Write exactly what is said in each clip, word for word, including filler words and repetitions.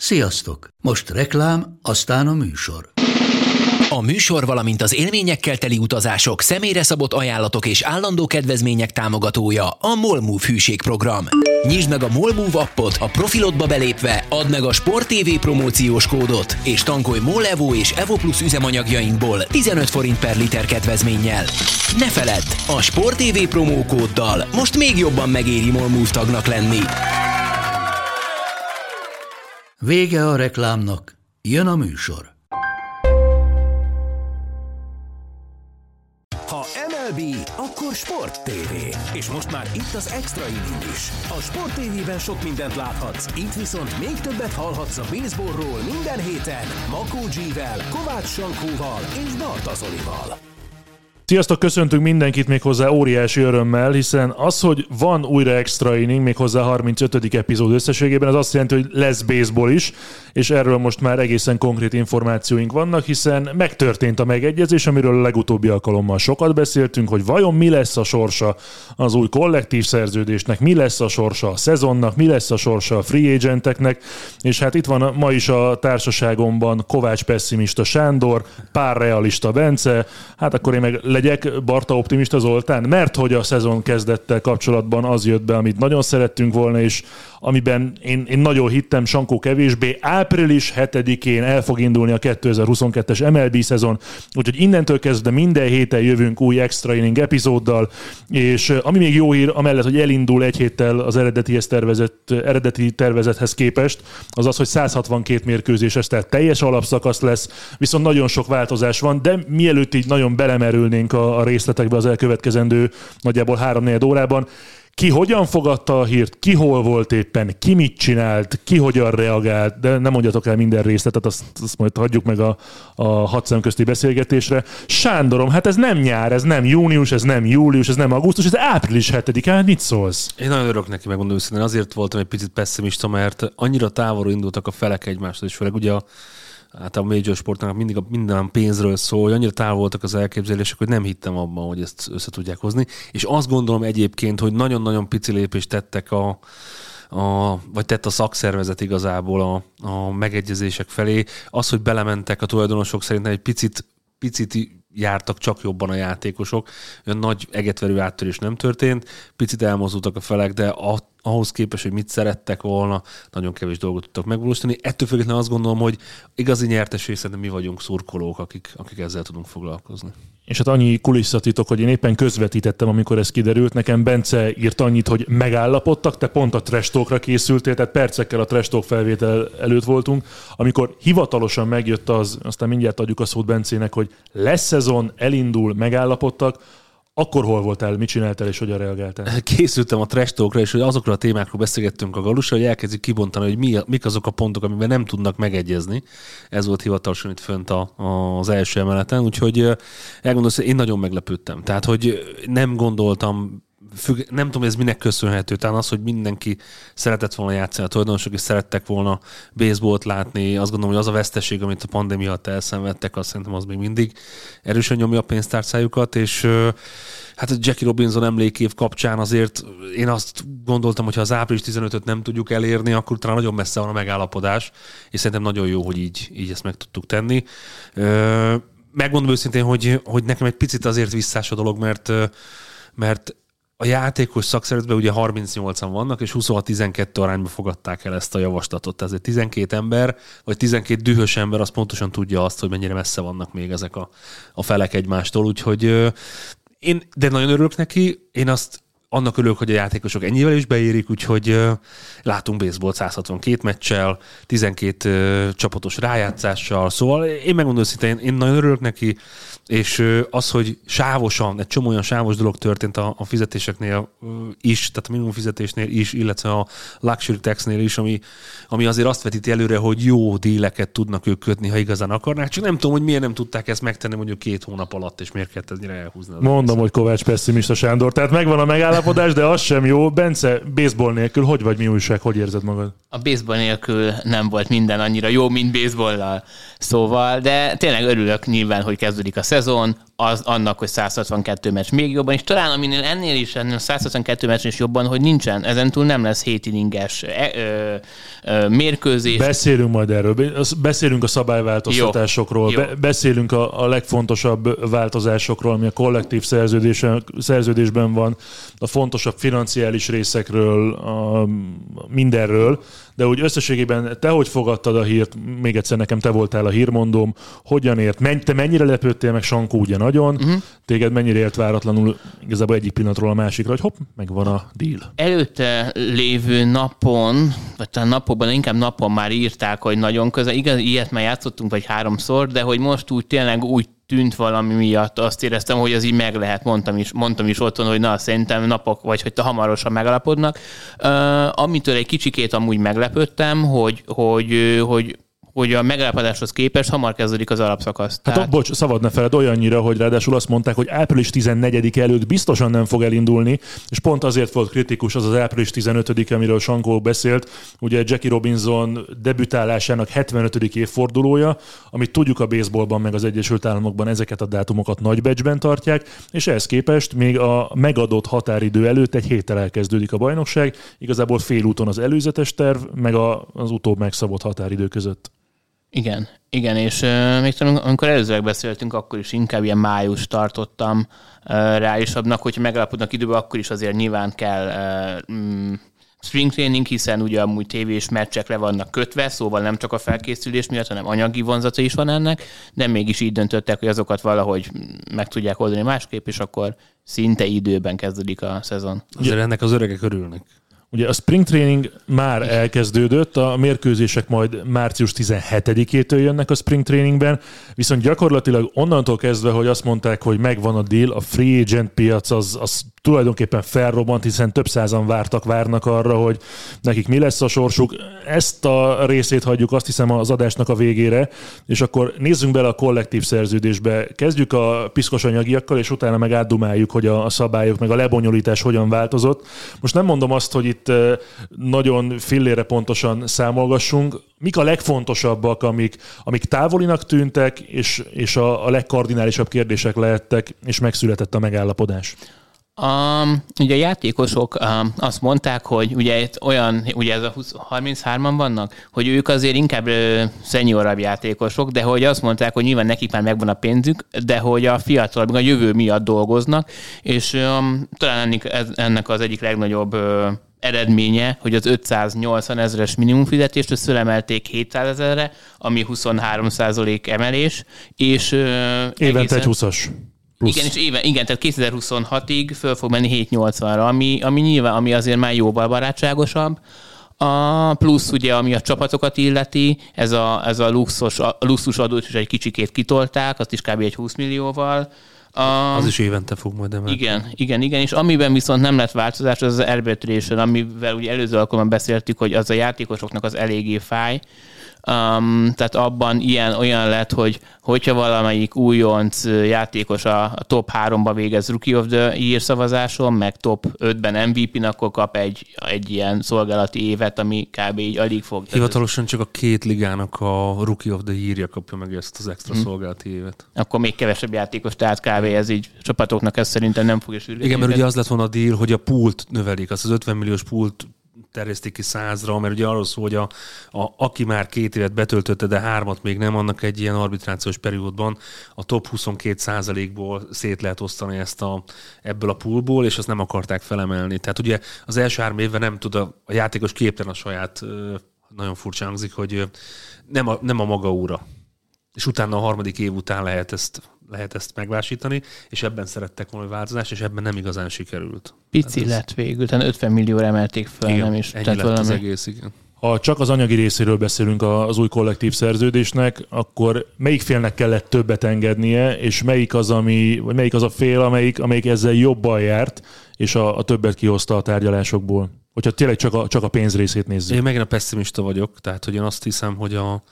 Sziasztok! Most reklám, aztán a műsor. A műsor, valamint az élményekkel teli utazások, személyre szabott ajánlatok és állandó kedvezmények támogatója a MOLMOVE hűségprogram. Nyisd meg a MOLMOVE appot, a profilodba belépve add meg a Sport té vé promóciós kódot, és tankolj MOL Evo és Evo Plus üzemanyagjainkból tizenöt forint per liter kedvezménnyel. Ne feledd, a Sport té vé promókóddal most még jobban megéri MOLMOVE tagnak lenni. Vége a reklámnak, jön a műsor. Ha em el bé, akkor Sport té vé. És most már itt az Extra Inning is. A Sport té vében sok mindent láthatsz, itt viszont még többet hallhatsz a baseballról minden héten Makó G-vel, Kovács Sankóval és Barta Zolival. Sziasztok, köszöntünk mindenkit méghozzá óriási örömmel, hiszen az, hogy van újra Extra Inning, méghozzá harmincötödik epizód összességében, az azt jelenti, hogy lesz baseball is, és erről most már egészen konkrét információink vannak, hiszen megtörtént a megegyezés, amiről a legutóbbi alkalommal sokat beszéltünk, hogy vajon mi lesz a sorsa az új kollektív szerződésnek, mi lesz a sorsa a szezonnak, mi lesz a sorsa a free agenteknek, és hát itt van ma is a társaságomban Kovács pessimista Sándor, pár realista Bence, hát akkor én meg legyek Barta optimista Zoltán, mert hogy a szezon kezdettel kapcsolatban az jött be, amit nagyon szerettünk volna, és amiben én, én nagyon hittem, Sankó kevésbé. április hetedikén el fog indulni a kétezer-huszonkettes em el bé szezon, úgyhogy innentől kezdve minden héten jövünk új Extra Inning epizóddal, és ami még jó hír, amellett, hogy elindul egy héttel az eredetihez tervezett, eredeti tervezethez képest, az az, hogy száz hatvankét mérkőzéses, tehát teljes alapszakasz lesz, viszont nagyon sok változás van, de mielőtt így nagyon belemerülnénk a, a részletekbe az elkövetkezendő nagyjából három-négy órában, ki hogyan fogadta a hírt, ki hol volt éppen, ki mit csinált, ki hogyan reagált, de nem mondjatok el minden részletet, azt, azt majd hagyjuk meg a, a hat szem közti beszélgetésre. Sándorom, hát ez nem nyár, ez nem június, ez nem július, ez nem augusztus, ez április hetedike, hát mit szólsz? Én nagyon örülök neki, megmondom őszintén, azért voltam egy picit pessimista, mert annyira távolról indultak a felek egymástól, és főleg ugye a hát a major sportnak mindig a minden pénzről szól, hogy annyira távol voltak az elképzelések, hogy nem hittem abban, hogy ezt össze tudják hozni. És azt gondolom egyébként, hogy nagyon-nagyon pici lépést tettek a, a vagy tett a szakszervezet igazából a, a megegyezések felé. Az, hogy belementek a tulajdonosok szerintem egy picit, picit jártak csak jobban a játékosok. Olyan nagy egetverő áttörés nem történt, picit elmozdultak a felek, de a, ahhoz képest, hogy mit szerettek volna, nagyon kevés dolgot tudtak megvalósítani. Ettől függetlenül azt gondolom, hogy igazi nyertesé szerintem mi vagyunk szurkolók, akik, akik ezzel tudunk foglalkozni. És hát annyi kulisszatitok, hogy én éppen közvetítettem, amikor ez kiderült. Nekem Bence írt annyit, hogy megállapodtak, te pont a trash talkra készültél, tehát percekkel a trash talk felvétel előtt voltunk. Amikor hivatalosan megjött az, aztán mindjárt adjuk a szót Bencének, hogy lesz szezon, elindul, megállapodtak, akkor hol voltál, mit csináltál és hogyan reagáltál? Készültem a trash talkra, és hogy azokról a témákról beszélgettünk a Galussal, hogy elkezdjük kibontani, hogy mi, mik azok a pontok, amiben nem tudnak megegyezni. Ez volt hivatalosan itt fönt a, a, az első emeleten, úgyhogy elgondolom, hogy én nagyon meglepődtem. Tehát, hogy nem gondoltam, függ, nem tudom, ez minek köszönhető. Talán az, hogy mindenki szeretett volna játszani, a tulajdonosok is szerettek volna baseballt látni. Azt gondolom, hogy az a veszteség, amit a pandémia alatt elszenvedtek, azt szerintem az még mindig erősen nyomja a pénztárcájukat, és hát a Jackie Robinson emlékév kapcsán azért én azt gondoltam, hogy ha az április tizenötöt nem tudjuk elérni, akkor talán nagyon messze van a megállapodás, és szerintem nagyon jó, hogy így, így ezt meg tudtuk tenni. Megmondom őszintén, hogy, hogy nekem egy picit azért visszás a dolog, mert, mert a játékos szakszervezetben ugye harmincnyolcan vannak, és huszonhat tizenkettő arányban fogadták el ezt a javaslatot. Tehát ez tizenkét ember, vagy tizenkét dühös ember, az pontosan tudja azt, hogy mennyire messze vannak még ezek a, a felek egymástól. Úgyhogy én, de nagyon örülök neki, én azt annak örülök, hogy a játékosok ennyivel is beérik, úgyhogy uh, látunk baseball száz hatvankét meccsel, tizenkét uh, csapatos rájátszással, szóval én megmondom őszintén, én, én nagyon örülök neki, és uh, az, hogy sávosan, egy csomó olyan sávos dolog történt a, a fizetéseknél uh, is, tehát a minimum fizetésnél is, illetve a luxury taxnél is, ami, ami azért azt vetíti előre, hogy jó díleket tudnak ők kötni, ha igazán akarnák, csak nem tudom, hogy miért nem tudták ezt megtenni mondjuk két hónap alatt, és miért kellett ennyire elhúzni. Mondom, hogy Kovács pessimista Sándor, tehát megvan a megállapodás, de az sem jó. Bence, baseball nélkül hogy vagy, mi újság, hogy érzed magad? A baseball nélkül nem volt minden annyira jó, mint baseballlal. Szóval, de tényleg örülök nyilván, hogy kezdődik a szezon. az, annak, hogy száz hatvankettő meccs még jobban, és talán aminél ennél is, ennél száz hatvankettő meccs is jobban, hogy nincsen, ezentúl nem lesz hét inninges e, ö, ö, mérkőzés. Beszélünk majd erről, beszélünk a szabályváltoztatásokról, Be, beszélünk a, a legfontosabb változásokról, ami a kollektív szerződésben van, a fontosabb financiális részekről, a, mindenről, de úgy összességében te hogy fogadtad a hírt, még egyszer nekem te voltál a hírmondóm, hogyan ért, te mennyire lepődtél meg, Sankó ugye nagyon, uh-huh. téged mennyire ért váratlanul igazából egyik pillanatról a másikra, hogy hopp, megvan a deal. Előtte lévő napon, vagy talán napokban, inkább napon már írták, hogy nagyon közel, igaz, ilyet már játszottunk, vagy háromszor, de hogy most úgy tényleg úgy tűnt valami miatt, azt éreztem, hogy az így meg lehet, mondtam is, mondtam is otthon, hogy na, szerintem napok, vagy hogy hamarosan megalapodnak. Uh, amitől egy kicsikét amúgy meglepődtem, hogy, hogy, hogy hogy a megállapodáshoz képest hamar kezdődik az alapszakasz. Hát Tehát... bocs, szabad ne feled olyannyira, hogy ráadásul azt mondták, hogy április tizennegyedike előtt biztosan nem fog elindulni, és pont azért volt kritikus az az április tizenötödike, amiről Sankó beszélt, ugye Jackie Robinson debütálásának hetvenötödik évfordulója, amit tudjuk a baseballban meg az Egyesült Államokban ezeket a dátumokat nagy becsben tartják, és ehhez képest még a megadott határidő előtt egy héttel elkezdődik a bajnokság, igazából félúton az előzetes terv, meg a, az utóbb megszabott határidő között. Igen, igen, és uh, még tudom, amikor előzőleg beszéltünk, akkor is inkább ilyen május tartottam uh, reálisabbnak, hogyha megállapodnak időben, akkor is azért nyilván kell uh, mm, spring training, hiszen ugye amúgy tévés meccsekre vannak kötve, szóval nem csak a felkészülés miatt, hanem anyagi vonzata is van ennek, de mégis így döntöttek, hogy azokat valahogy meg tudják oldani másképp, és akkor szinte időben kezdődik a szezon. Azért ennek az öregek örülnek. Ugye a spring training már elkezdődött, a mérkőzések majd március tizenhetedikétől jönnek a spring trainingben, viszont gyakorlatilag onnantól kezdve, hogy azt mondták, hogy megvan a deal, a free agent piac az, az tulajdonképpen felrobbant, hiszen több százan vártak, várnak arra, hogy nekik mi lesz a sorsuk. Ezt a részét hagyjuk, azt hiszem, az adásnak a végére, és akkor nézzünk bele a kollektív szerződésbe. Kezdjük a piszkos anyagiakkal, és utána meg átdumáljuk, hogy a szabályok, meg a lebonyolítás hogyan változott. Most nem mondom azt, hogy itt nagyon fillére pontosan számolgassunk. Mik a legfontosabbak, amik, amik távolinak tűntek, és, és a, a legkardinálisabb kérdések lehettek, és megszületett a megállapodás? Um, ugye a játékosok um, azt mondták, hogy ugye olyan, ugye ez a húsz, harminchárman vannak, hogy ők azért inkább uh, szeniorabb játékosok, de hogy azt mondták, hogy nyilván nekik már megvan a pénzük, de hogy a fiatalabb, a jövő miatt dolgoznak, és um, talán ennek, ez, ennek az egyik legnagyobb uh, eredménye, hogy az ötszáznyolcvan ezeres minimumfizetést ezt fölemelték hétszázezerre, ami huszonhárom százalék emelés, és uh, évente egészen... egy húszas. Plusz. Igen, és éven, igen, tehát kétezer-huszonhatig föl fog menni hétszáznyolcvanra, ami, ami nyilván, ami azért már jóval barátságosabb. A plusz ugye, ami a csapatokat illeti, ez a, ez a, luxus, a luxusadót is egy kicsikét kitolták, azt is kb. Egy húsz millióval. A... Az is évente fog majd emelni. Igen, igen, igen, és amiben viszont nem lett változás, az az arbitration, amivel ugye előző alkalommal beszéltük, hogy az a játékosoknak az eléggé fáj. Um, tehát abban ilyen olyan lett, hogy hogyha valamelyik újonc játékos a, a top háromba végez Rookie of the Year szavazáson, meg top ötben em vé pén, akkor kap egy, egy ilyen szolgálati évet, ami kb. Így alig fog. Hivatalosan csak a két ligának a Rookie of the Year-ja kapja meg ezt az extra hmm. szolgálati évet. Akkor még kevesebb játékos, tehát kb. Ez így csapatoknak ez szerintem nem fogja sürgetni. Igen, mert ugye az lett volna a deal, hogy a poolt növelik, azt az ötven milliós poolt terjesztik ki százra, mert ugye arról szól, hogy a, a, aki már két évet betöltötte, de hármat még nem, annak egy ilyen arbitrációs periódban a top huszonkét százalékból szét lehet osztani ezt a, ebből a poolból, és azt nem akarták felemelni. Tehát ugye az első három évben nem tud a, a játékos képtelen a saját, nagyon furcsa hangzik, hogy nem a, nem a maga úra. És utána a harmadik év után lehet ezt lehet ezt megvásítani, és ebben szerettek volna változás, és ebben nem igazán sikerült. Pici lett ez... végül, tehát ötven millióra emelték fel, igen, nem is. Ennyi Tehát lett valami... az egész, igen. Ha csak az anyagi részéről beszélünk az új kollektív szerződésnek, akkor melyik félnek kellett többet engednie, és melyik az, ami, vagy melyik az a fél, amelyik, amelyik ezzel jobban járt, és a, a többet kihozta a tárgyalásokból? Hogyha tényleg csak a, csak a pénz részét nézzük. Én megint a pessimista vagyok, tehát hogy én azt hiszem, hogy a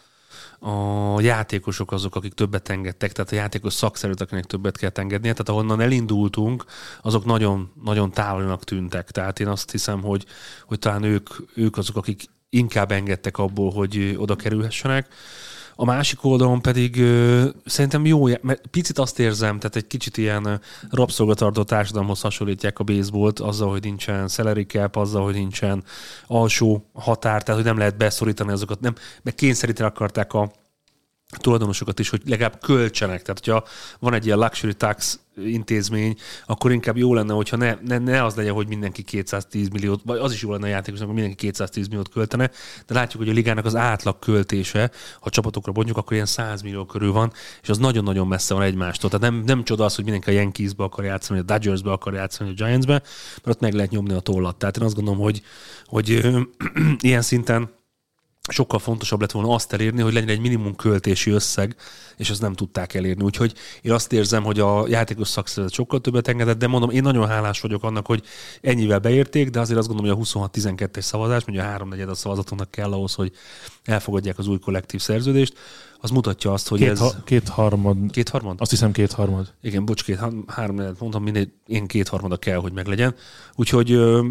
a játékosok azok, akik többet engedtek, tehát a játékos szakszerűt, akinek többet kell engednie, tehát ahonnan elindultunk, azok nagyon, nagyon távolinak tűntek. Tehát én azt hiszem, hogy, hogy talán ők, ők azok, akik inkább engedtek abból, hogy oda kerülhessenek. A másik oldalon pedig ö, szerintem jó, mert picit azt érzem, tehát egy kicsit ilyen rabszolgatartó társadalomhoz hasonlítják a baseballt, azzal, hogy nincsen salary cap, azzal, hogy nincsen alsó határ, tehát hogy nem lehet beszorítani azokat, nem, meg kényszeríteni akarták a tulajdonosokat is, hogy legalább költsenek. Tehát, hogyha van egy ilyen luxury tax intézmény, akkor inkább jó lenne, hogyha ne, ne, ne az legyen, hogy mindenki kétszáztíz milliót, vagy az is jó lenne a játékosnak, hogy mindenki kétszáztíz milliót költene, de látjuk, hogy a ligának az átlag költése, ha csapatokra bontjuk, akkor ilyen száz millió körül van, és az nagyon-nagyon messze van egymástól. Tehát nem, nem csoda az, hogy mindenki a Yankeesbe akar játszani, vagy a Dodgersbe akar játszani, vagy a Giantsbe, mert ott meg lehet nyomni a tollat. Tehát én azt gondolom, hogy, hogy ö, ilyen szinten sokkal fontosabb lett volna azt elérni, hogy legyen egy minimum költési összeg, és azt nem tudták elérni. Úgyhogy én azt érzem, hogy a játékos szakszervezet sokkal többet engedett, de mondom, én nagyon hálás vagyok annak, hogy ennyivel beérték, de azért azt gondolom, hogy a huszonhat tizenkettes szavazás, mondja a háromnegyed a szavazatoknak kell ahhoz, hogy elfogadják az új kollektív szerződést, az mutatja azt, hogy két, ez... Ha, kétharmad. Kétharmad? Azt hiszem kétharmad. Igen, bocs, két, háromnegyed mondtam, mindegy, én kétharmada kell, hogy meglegyen. Úgyhogy ö,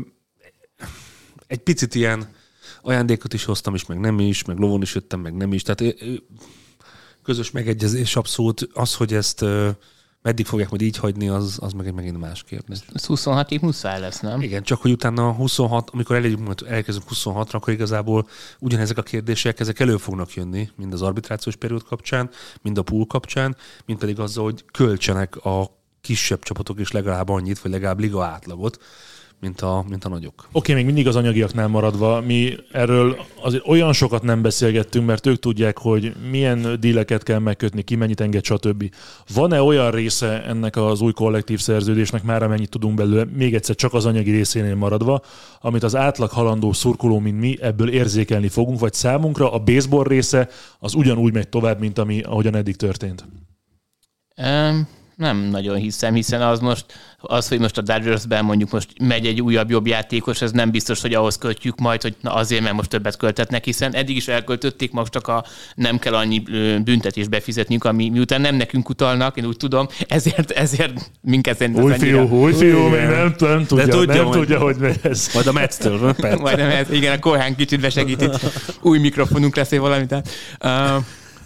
egy picit ilyen ajándékot is hoztam is, meg nem is, meg lovon is jöttem, meg nem is. Tehát közös megegyezés abszolút. Az, hogy ezt meddig fogják majd így hagyni, az, az meg egy megint más kérdés. Ez huszonhatig muszáj lesz, nem? Igen, csak hogy utána huszonhat, amikor elérjük, elkezdünk huszonhatra, akkor igazából ugyanezek a kérdések, ezek elő fognak jönni, mind az arbitrációs periód kapcsán, mind a pool kapcsán, mind pedig azzal, hogy költsenek a kisebb csapatok is legalább annyit, vagy legalább liga átlagot, mint a, mint a nagyok. Oké, okay, még mindig az anyagiaknál maradva, mi erről azért olyan sokat nem beszélgettünk, mert ők tudják, hogy milyen díleket kell megkötni, ki mennyit enged, stb. Van-e olyan része ennek az új kollektív szerződésnek, már amennyit tudunk belőle, még egyszer csak az anyagi részénél maradva, amit az átlag halandó szurkoló, mint mi, ebből érzékelni fogunk, vagy számunkra a baseball része az ugyanúgy megy tovább, mint ami, ahogyan eddig történt? Um. Nem nagyon hiszem, hiszen az most, az, hogy most a Dodgersben mondjuk most megy egy újabb jobb játékos, ez nem biztos, hogy ahhoz költjük majd, hogy na azért, mert most többet költetnek, hiszen eddig is elköltötték, most csak a nem kell annyi büntetést befizetniük, ami miután nem nekünk utalnak, én úgy tudom, ezért, ezért minket szerintem új fiú, annyira... új fiú, még nem, nem tudja, de tudja, nem majd, tudja, hogy mi ez. Majd a Metz-től. Majd a Metz, igen, a Korhán kicsit besegít, itt új mikrofonunk lesz, vagy valamit. Uh...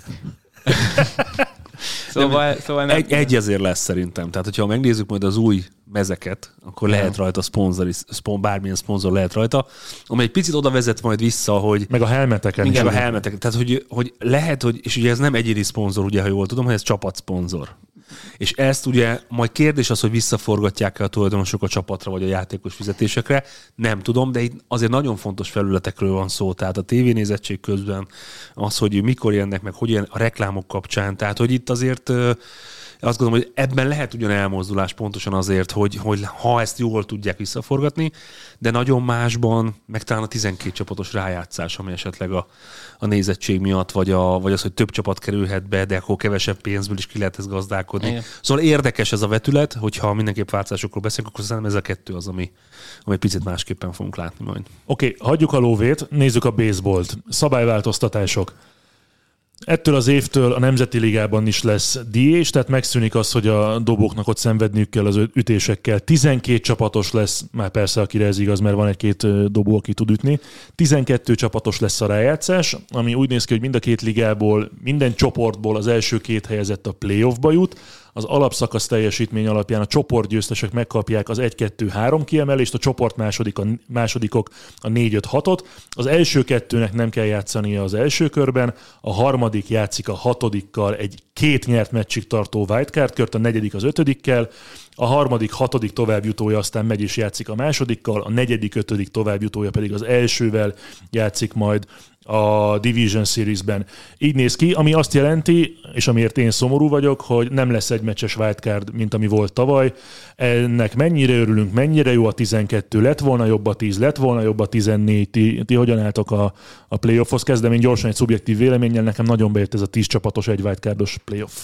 Szóval, szóval nem... egy, egy azért lesz szerintem. Tehát, hogyha megnézzük majd az új mezeket, akkor nem. lehet rajta szponzori, szpon, bármilyen szponzor lehet rajta, ami egy picit oda vezet majd vissza, hogy... Meg a helmeteken. Igen, a helmeteken. Tehát, hogy, hogy lehet, hogy, és ugye ez nem egyéni szponzor, ugye, ha jól tudom, hogy ez csapatszponzor. És ezt ugye majd kérdés az, hogy visszaforgatják-e a tulajdonosok a csapatra vagy a játékos fizetésekre. Nem tudom, de itt azért nagyon fontos felületekről van szó. Tehát a tévénézettség közben az, hogy mikor jönnek meg, hogy jön a reklámok kapcsán. Tehát, hogy itt azért azt gondolom, hogy ebben lehet ugyan elmozdulás pontosan azért, hogy, hogy ha ezt jól tudják visszaforgatni, de nagyon másban, meg talán a tizenkét csapatos rájátszás, ami esetleg a, a nézettség miatt, vagy, a, vagy az, hogy több csapat kerülhet be, de akkor kevesebb pénzből is ki lehet ezt gazdálkodni. Igen. Szóval érdekes ez a vetület, hogyha mindenképp változásokról beszélünk, akkor szerintem ez a kettő az, ami, ami picit másképpen fogunk látni majd. Oké, okay, hagyjuk a lóvét, nézzük a baseballt. Szabályváltoztatások. Ettől az évtől a Nemzeti Ligában is lesz díj, tehát megszűnik az, hogy a dobóknak ott szenvedniük kell az ütésekkel. tizenkét csapatos lesz, már persze akire ez igaz, mert van egy-két dobó, aki tud ütni. tizenkettő csapatos lesz a rájátszás, ami úgy néz ki, hogy mind a két ligából, minden csoportból az első két helyezett a playoffba jut. Az alapszakasz teljesítmény alapján a csoportgyőztesek megkapják az egy kettő három kiemelést, a csoport második, a másodikok a négy öt hatot. Az első kettőnek nem kell játszania az első körben, a harmadik játszik a hatodikkal egy két nyert meccsig tartó wildcard kört, a negyedik az ötödikkel, a harmadik, hatodik továbbjutója aztán megy és játszik a másodikkal, a negyedik, ötödik továbbjutója pedig az elsővel játszik majd a Division Series-ben. Így néz ki, ami azt jelenti, és amiért én szomorú vagyok, hogy nem lesz egy meccses wildcard, mint ami volt tavaly. Ennek mennyire örülünk, mennyire jó a tizenkettő, lett volna jobb a tíz, lett volna jobb a tizennégy, ti, ti hogyan álltok a, a playoffhoz? Kezdem én gyorsan egy szubjektív véleménnyel, nekem nagyon bejött ez a tíz csapatos, egy wildcardos playoff.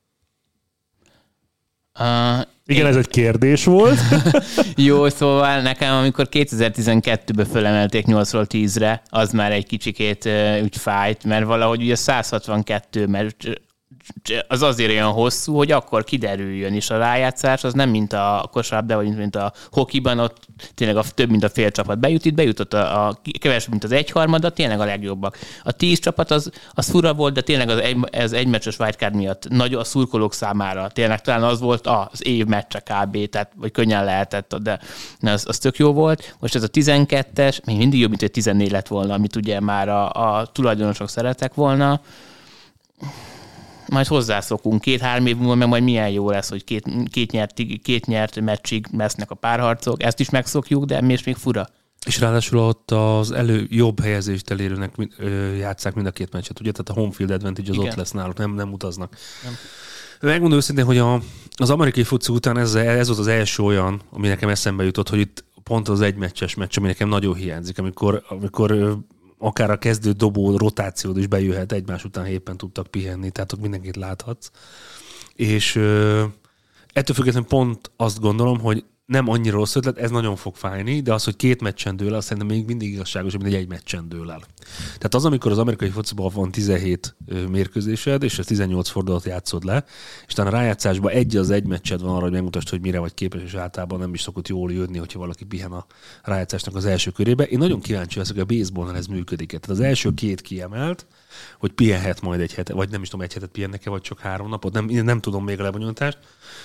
Uh, Igen, én... ez egy kérdés volt. Jó, szóval nekem, amikor kétezer-tizenkettőben fölemelték nyolcról tízre, az már egy kicsikét uh, úgy fájt, mert valahogy ugye száz hatvankettő, mert az azért olyan hosszú, hogy akkor kiderüljön, és a rájátszás az nem mint a kosárlabdában, vagy mint a hokiban, ott tényleg a, több mint a fél csapat bejut, itt bejutott a, a kevesebb, mint az egyharmada, tényleg a legjobbak. A tíz csapat az, az fura volt, de tényleg az egy, ez egymeccses wildcard miatt nagy a szurkolók számára. Tényleg talán az volt az év meccse kb. Tehát, vagy könnyen lehetett, de az, az tök jó volt. Most ez a tizenkettes, még mindig jobb, mint hogy tizennégy lett volna, amit ugye már a, a tulajdonosok szeretek volna. Majd hozzászokunk. Két-három év múlva meg majd milyen jó lesz, hogy két, két, nyert, két nyert meccsig lesznek a párharcok. Ezt is megszokjuk, de még még fura. És ráadásul ott az elő jobb helyezést elérőnek játsszák mind a két meccset, ugye? Tehát a home field advantage az igen. Ott lesz náluk, nem, nem utaznak. Nem. Megmondom őszintén, hogy a, az amerikai foci után ez, ez volt az első olyan, ami nekem eszembe jutott, hogy itt pont az egymeccses meccs, ami nekem nagyon hiányzik, amikor, amikor akár a kezdő dobó rotációd is bejöhet, egymás után éppen tudtak pihenni, tehát ott mindenkit láthatsz. És ö, ettől függetlenül pont azt gondolom, hogy nem annyira rossz ötlet, ez nagyon fog fájni, de az, hogy két meccsen dől el, szerintem még mindig igazságosabb, mint egy egy meccsen dől el. Tehát az, amikor az amerikai fociban van tizenhét mérkőzésed, és ez tizennyolc fordulat játszod le, és talán a rájátszásban egy az egy meccsed van arra, hogy megmutasd, hogy mire vagy képes, és általában nem is szokott jól jönni, hogyha valaki pihen a rájátszásnak az első körébe. Én nagyon kíváncsi leszek, hogy a baseballnál ez működik. Tehát az első két kiemelt, hogy pihenhet majd egy hetet, vagy nem is tudom, egy hetet pihennek-e, vagy csak három napot, nem, nem tudom még a lebonyolítást,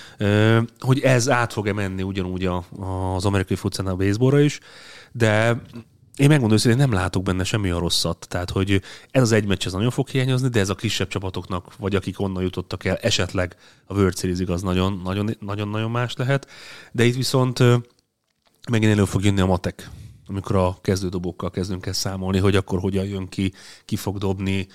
hogy ez át fog-e menni ugyanúgy a, az amerikai futszánál a baseballra is, de én megmondom őszintén, nem látok benne semmi a rosszat. Tehát, hogy ez az egy meccs ez nagyon fog hiányozni, de ez a kisebb csapatoknak, vagy akik onnan jutottak el, esetleg a World Series-ig az nagyon-nagyon más lehet. De itt viszont megint elő fog jönni a matek, amikor a kezdődobókkal kezdünk el számolni, hogy akkor hogyan jön ki, ki fog dobni.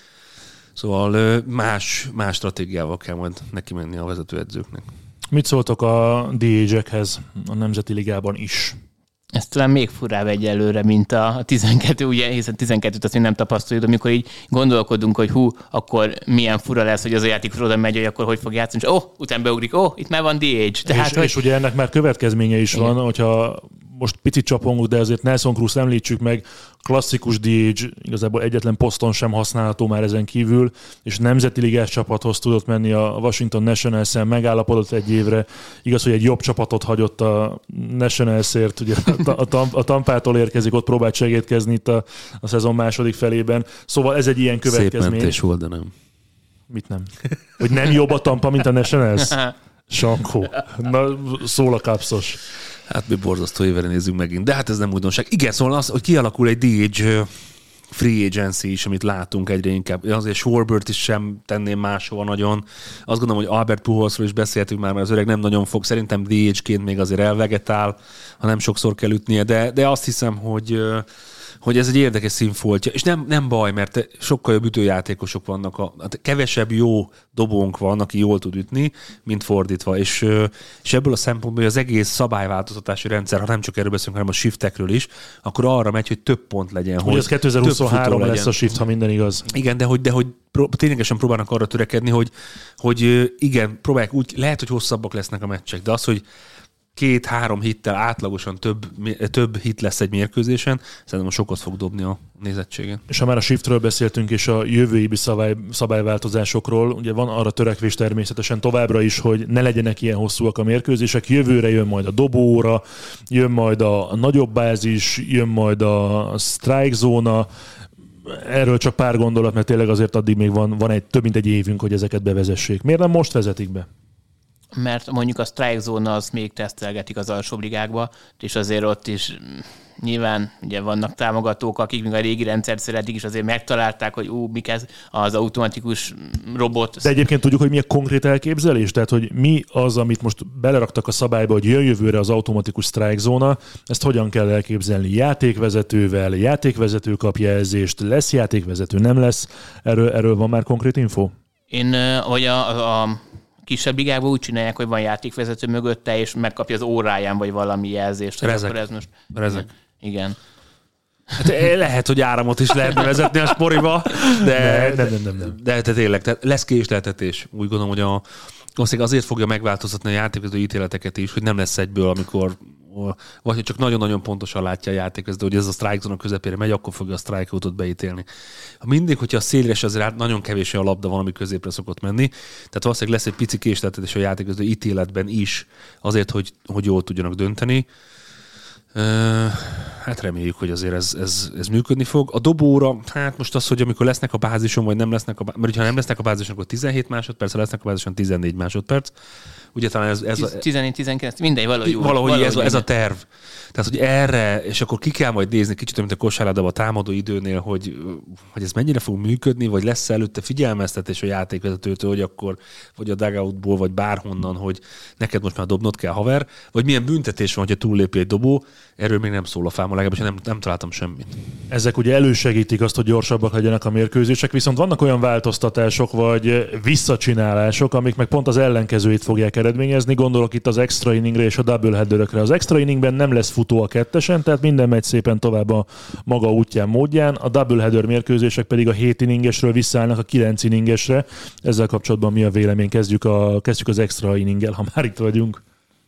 Szóval más, más stratégiával kell majd neki menni a vezetőedzőknek. Mit szóltok a dé há-ekhez a Nemzeti Ligában is? Ez talán még furább egyelőre, mint a tizenkettő, ugye, hiszen tizenkettőt azt még nem tapasztaljuk, amikor így gondolkodunk, hogy hú, akkor milyen fura lesz, hogy az a játékos oda megy, hogy akkor hogy fog játszani, és ó, oh, utána beugrik, ó, oh, itt már van dé há. Tehát, és, hogy... és ugye ennek már következménye is igen. Van, hogyha most picit csapongunk, de azért Nelson Cruz említsük meg, klasszikus dé há, igazából egyetlen poszton sem használható már ezen kívül, és nemzeti ligás csapathoz tudott menni a Washington Nationals-en, megállapodott egy évre. Igaz, hogy egy jobb csapatot hagyott a Nationals-ért, ugye a, a, a Tampától érkezik, ott próbált segítkezni itt a, a szezon második felében. Szóval ez egy ilyen következmény. Szép mentés volt, de nem. Mit nem? Hogy nem jobb a Tampa, mint a Nationals? Sankó. Na, szól a kapszos. Hát mi borzasztó évre nézzünk megint. De hát ez nem újdonság. Igen, szóval az, hogy kialakul egy dé há free agency is, amit látunk egyre inkább. Azért Schwarbert is sem tenném máshova nagyon. Azt gondolom, hogy Albert Pujols-ról is beszéltünk már, mert az öreg nem nagyon fog. Szerintem dé há-ként még azért elvegetál, ha nem sokszor kell ütnie, de, de azt hiszem, hogy hogy ez egy érdekes színfoltja, és nem, nem baj, mert sokkal jobb ütőjátékosok vannak, a, kevesebb jó dobónk van, aki jól tud ütni, mint fordítva, és, és ebből a szempontból, hogy az egész szabályváltoztatási rendszer, ha nem csak erről beszélünk, hanem a shiftekről is, akkor arra megy, hogy több pont legyen. Hogy ez kétezer-huszonhárom lesz a shift, ha minden igaz. Igen, de hogy, de hogy pró- ténylegesen próbálnak arra törekedni, hogy, hogy igen, próbálják úgy, lehet, hogy hosszabbak lesznek a meccsek, de az, hogy két-három hittel átlagosan több, több hit lesz egy mérkőzésen, szerintem sokat fog dobni a nézettségen. És ha már a shiftről beszéltünk, és a jövő évi szabály, szabályváltozásokról, ugye van arra törekvés természetesen továbbra is, hogy ne legyenek ilyen hosszúak a mérkőzések. Jövőre jön majd a dobóra, jön majd a, a nagyobb bázis, jön majd a strike zóna. Erről csak pár gondolat, mert tényleg azért addig még van, van egy, több mint egy évünk, hogy ezeket bevezessék. Miért nem most vezetik be? Mert mondjuk a strike zóna az még tesztelgetik az alsóbb ligákba, és azért ott is nyilván ugye vannak támogatók, akik még a régi rendszert szeretik, és azért megtalálták, hogy ú, mik ez az automatikus robot. De egyébként tudjuk, hogy mi a konkrét elképzelés? Tehát, hogy mi az, amit most beleraktak a szabályba, hogy jön jövőre az automatikus strike zóna, ezt hogyan kell elképzelni? Játékvezetővel, játékvezető kap jelzést, lesz játékvezető, nem lesz? Erről, erről van már konkrét info? Én, hogy a, a, a kisebb ligákban úgy csinálják, hogy van játékvezető mögötte, és megkapja az óráján, vagy valami jelzést. Rezek. Ez most... Rezek. Igen. Hát lehet, hogy áramot is lehetne vezetni a sporiba, de, nem, nem, nem, nem. de, de tényleg, tehát lesz késleltetés. Úgy gondolom, hogy a, azért fogja megváltoztatni a játékozó ítéleteket is, hogy nem lesz egyből, amikor vagy hogy csak nagyon-nagyon pontosan látja a játékozó, hogy ez a strike zone közepére megy, akkor fogja a strike out-ot beítélni. Mindig, hogyha a szélre is azért nagyon kevés a labda van, ami középre szokott menni, tehát valószínűleg lesz egy pici késleltetés a játékozó ítéletben is, azért, hogy, hogy jól tudjanak dönteni. Uh, hát reméljük, hogy azért ez, ez, ez működni fog. A dobóra, hát most az, hogy amikor lesznek a bázison, vagy nem lesznek a bázison, mert ha nem lesznek a bázison, akkor tizenhét másodperc, ha lesznek a bázison, tizennégy másodperc. Ugye talán ez... ez tizennégy tizenkilenc, mindegy, valahogy úgy. Valahogy, valahogy ez, ez a terv. Tehát, hogy erre, és akkor ki kell majd nézni kicsit, mint a kosárlabdában a támadó időnél, hogy, hogy ez mennyire fog működni, vagy lesz előtte figyelmeztetés a játékvezetőtől, hogy akkor, vagy a dugoutból, vagy bárhonnan, hogy neked most már dobnod kell, haver, vagy milyen büntetés van, hogyha túllépi egy dobó, erről még nem szól a fáma, legalábbis nem, nem találtam semmit. Ezek ugye elősegítik azt, hogy gyorsabbak legyenek a mérkőzések, viszont vannak olyan változtatások, vagy visszacsinálások, amik meg pont az ellenkezőit fogják eredményezni. Gondolok itt az extra inningre és a doubleheaderekre. Az extra inningben nem lesz futó a kettesen, tehát minden megy szépen tovább a maga útján, módján. A doubleheader mérkőzések pedig a hét inningesről visszaállnak a kilenc inningesre. Ezzel kapcsolatban mi a vélemény? Kezdjük, a, kezdjük az extra inninggel, ha már itt vagyunk.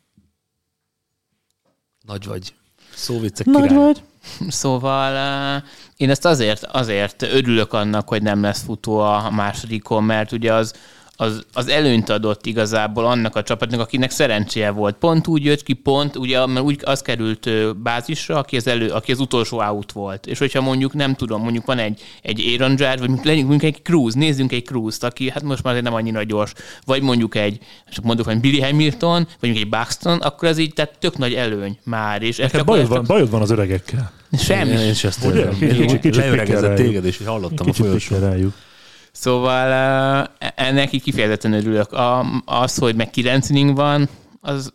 Nagy vagy. Szóviccek király. Nagy vagy. Szóval uh, én ezt azért, azért örülök annak, hogy nem lesz futó a másodikon, mert ugye az Az, az előnyt adott igazából annak a csapatnak, akinek szerencséje volt. Pont úgy jött ki, pont, ugye, mert úgy az került bázisra, aki az, elő, aki az utolsó out volt. És hogyha mondjuk, nem tudom, mondjuk van egy, egy Aaron Judge, vagy mondjuk, mondjuk egy Cruz, nézzünk egy Cruz-t, aki hát most már nem annyira gyors, vagy mondjuk egy, csak mondjuk, hogy Billy Hamilton, vagy mondjuk egy Buxton, akkor az így, tehát tök nagy előny már. És neked bajod, van, bajod van az öregekkel. Semmi. Én, én is ezt leöregezett téged, és hallottam a folyosón. Szóval uh, ennek így kifejezetten örülök. A, az, hogy meg kilenc inning van, az,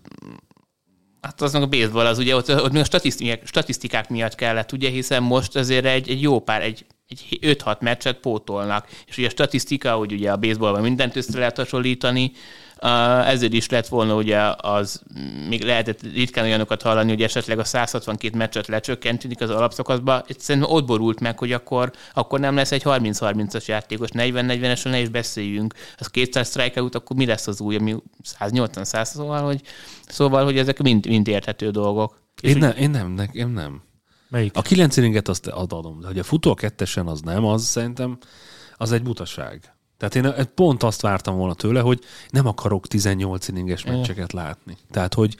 hát az meg a baseball, az ugye ott, ott még a statisztikák, statisztikák miatt kellett, ugye, hiszen most azért egy, egy jó pár, egy, egy öt-hat meccset pótolnak. És ugye a statisztika, hogy ugye a baseballban mindent össze lehet hasonlítani, Uh, ezért is lett volna, ugye az, még lehetett ritkán olyanokat hallani, hogy esetleg a száz hatvankét meccset lecsökkentik az alapszakaszba. Szerintem ott borult meg, hogy akkor, akkor nem lesz egy harminc-harmincas játékos, negyven-negyvenesről ne is beszéljünk. Az kétszáz strikeout, akkor mi lesz az új, ami száznyolcvan-száz, szóval, hogy, szóval, hogy ezek mind, mind érthető dolgok. Én, ne, én nem, ne, én nem. Melyik? A kilenc inninget azt adom, de hogy a futó a kettesen az nem, az szerintem az egy butaság. Tehát én pont azt vártam volna tőle, hogy nem akarok tizennyolc inninges meccseket látni. Tehát, hogy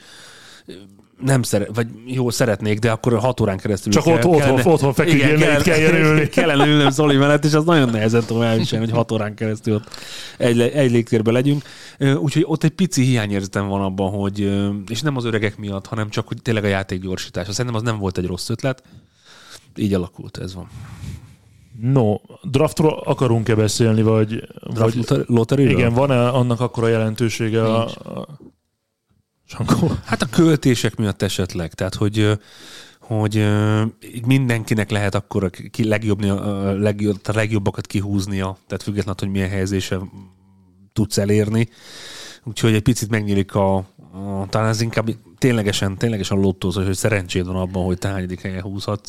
nem szeret, vagy jó, szeretnék, de akkor hat órán keresztül csak kell, ott, kellene, otthon, otthon feküdjél, ne itt kelljen ülni. Kellene ülnöm Zoli mellett, és az nagyon nehezen tudom elviselni, hogy hat órán keresztül ott egy, egy légtérben legyünk. Úgyhogy ott egy pici hiányérzetem van abban, hogy, és nem az öregek miatt, hanem csak hogy tényleg a játék gyorsítása. Szerintem az nem volt egy rossz ötlet. Így alakult, ez van. No, draftról akarunk-e beszélni, vagy... Draft vagy lotteryről? Igen, van-e annak akkora jelentősége a, a... Sankó? Hát a költések miatt esetleg, tehát hogy, hogy mindenkinek lehet akkor a legjobb, a legjobb, a legjobbakat kihúznia, tehát függetlenül, hogy milyen helyezése tudsz elérni. Úgyhogy egy picit megnyílik a, a talán ez inkább ténylegesen, ténylegesen lottózó, hogy szerencséd van abban, hogy te hányadik helyen húzhatsz.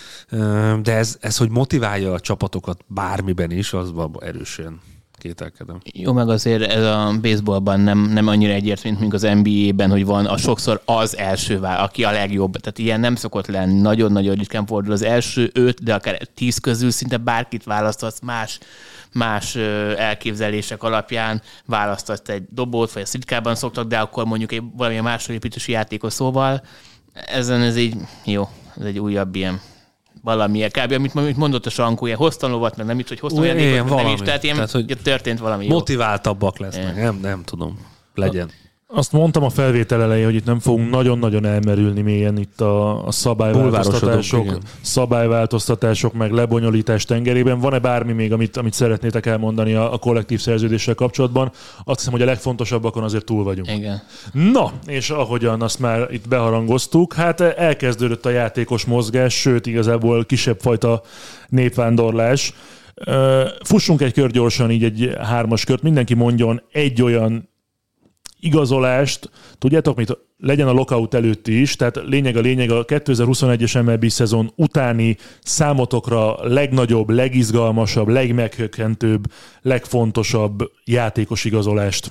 De ez, ez, hogy motiválja a csapatokat bármiben is, az erősen kételkedem. Jó, meg azért ez a baseballban nem, nem annyira egyértelmű, mint az en bé á-ben, hogy van a sokszor az első, aki a legjobb. Tehát ilyen nem szokott lenni. Nagyon-nagyon ritkán fordul az első öt, de akár tíz közül szinte bárkit választhatsz más, más elképzelések alapján választhatsz egy dobót, vagy a szitkában szoktak, de akkor mondjuk egy valamilyen másodépítési játékos, szóval ezen ez így jó, ez egy újabb ilyen valamilyen, kb. Amit, amit mondott a Sankó, ilyen hoztam lovat, meg nem is, hogy hoztam játékot, nem is, tehát ilyen tehát, hogy történt valami jó. Motiváltabbak lesznek, nem, nem tudom, legyen. Azt mondtam a felvétel elején, hogy itt nem fogunk nagyon-nagyon elmerülni mélyen itt a, a szabályváltoztatások, szabályváltoztatások, meg lebonyolítás tengerében. Van-e bármi még, amit, amit szeretnétek elmondani a, a kollektív szerződéssel kapcsolatban? Azt hiszem, hogy a legfontosabbakon azért túl vagyunk. Igen. Na, és ahogyan azt már itt beharangoztuk, hát elkezdődött a játékos mozgás, sőt, igazából kisebb fajta népvándorlás. Fussunk egy kör gyorsan, így egy hármas kört, mindenki mondjon egy olyan igazolást, tudjátok mit, legyen a lockout előtti is, tehát lényeg a lényeg a kétezer-huszonegyes em el bé szezon utáni számotokra legnagyobb, legizgalmasabb, legmeghökkentőbb, legfontosabb játékos igazolást.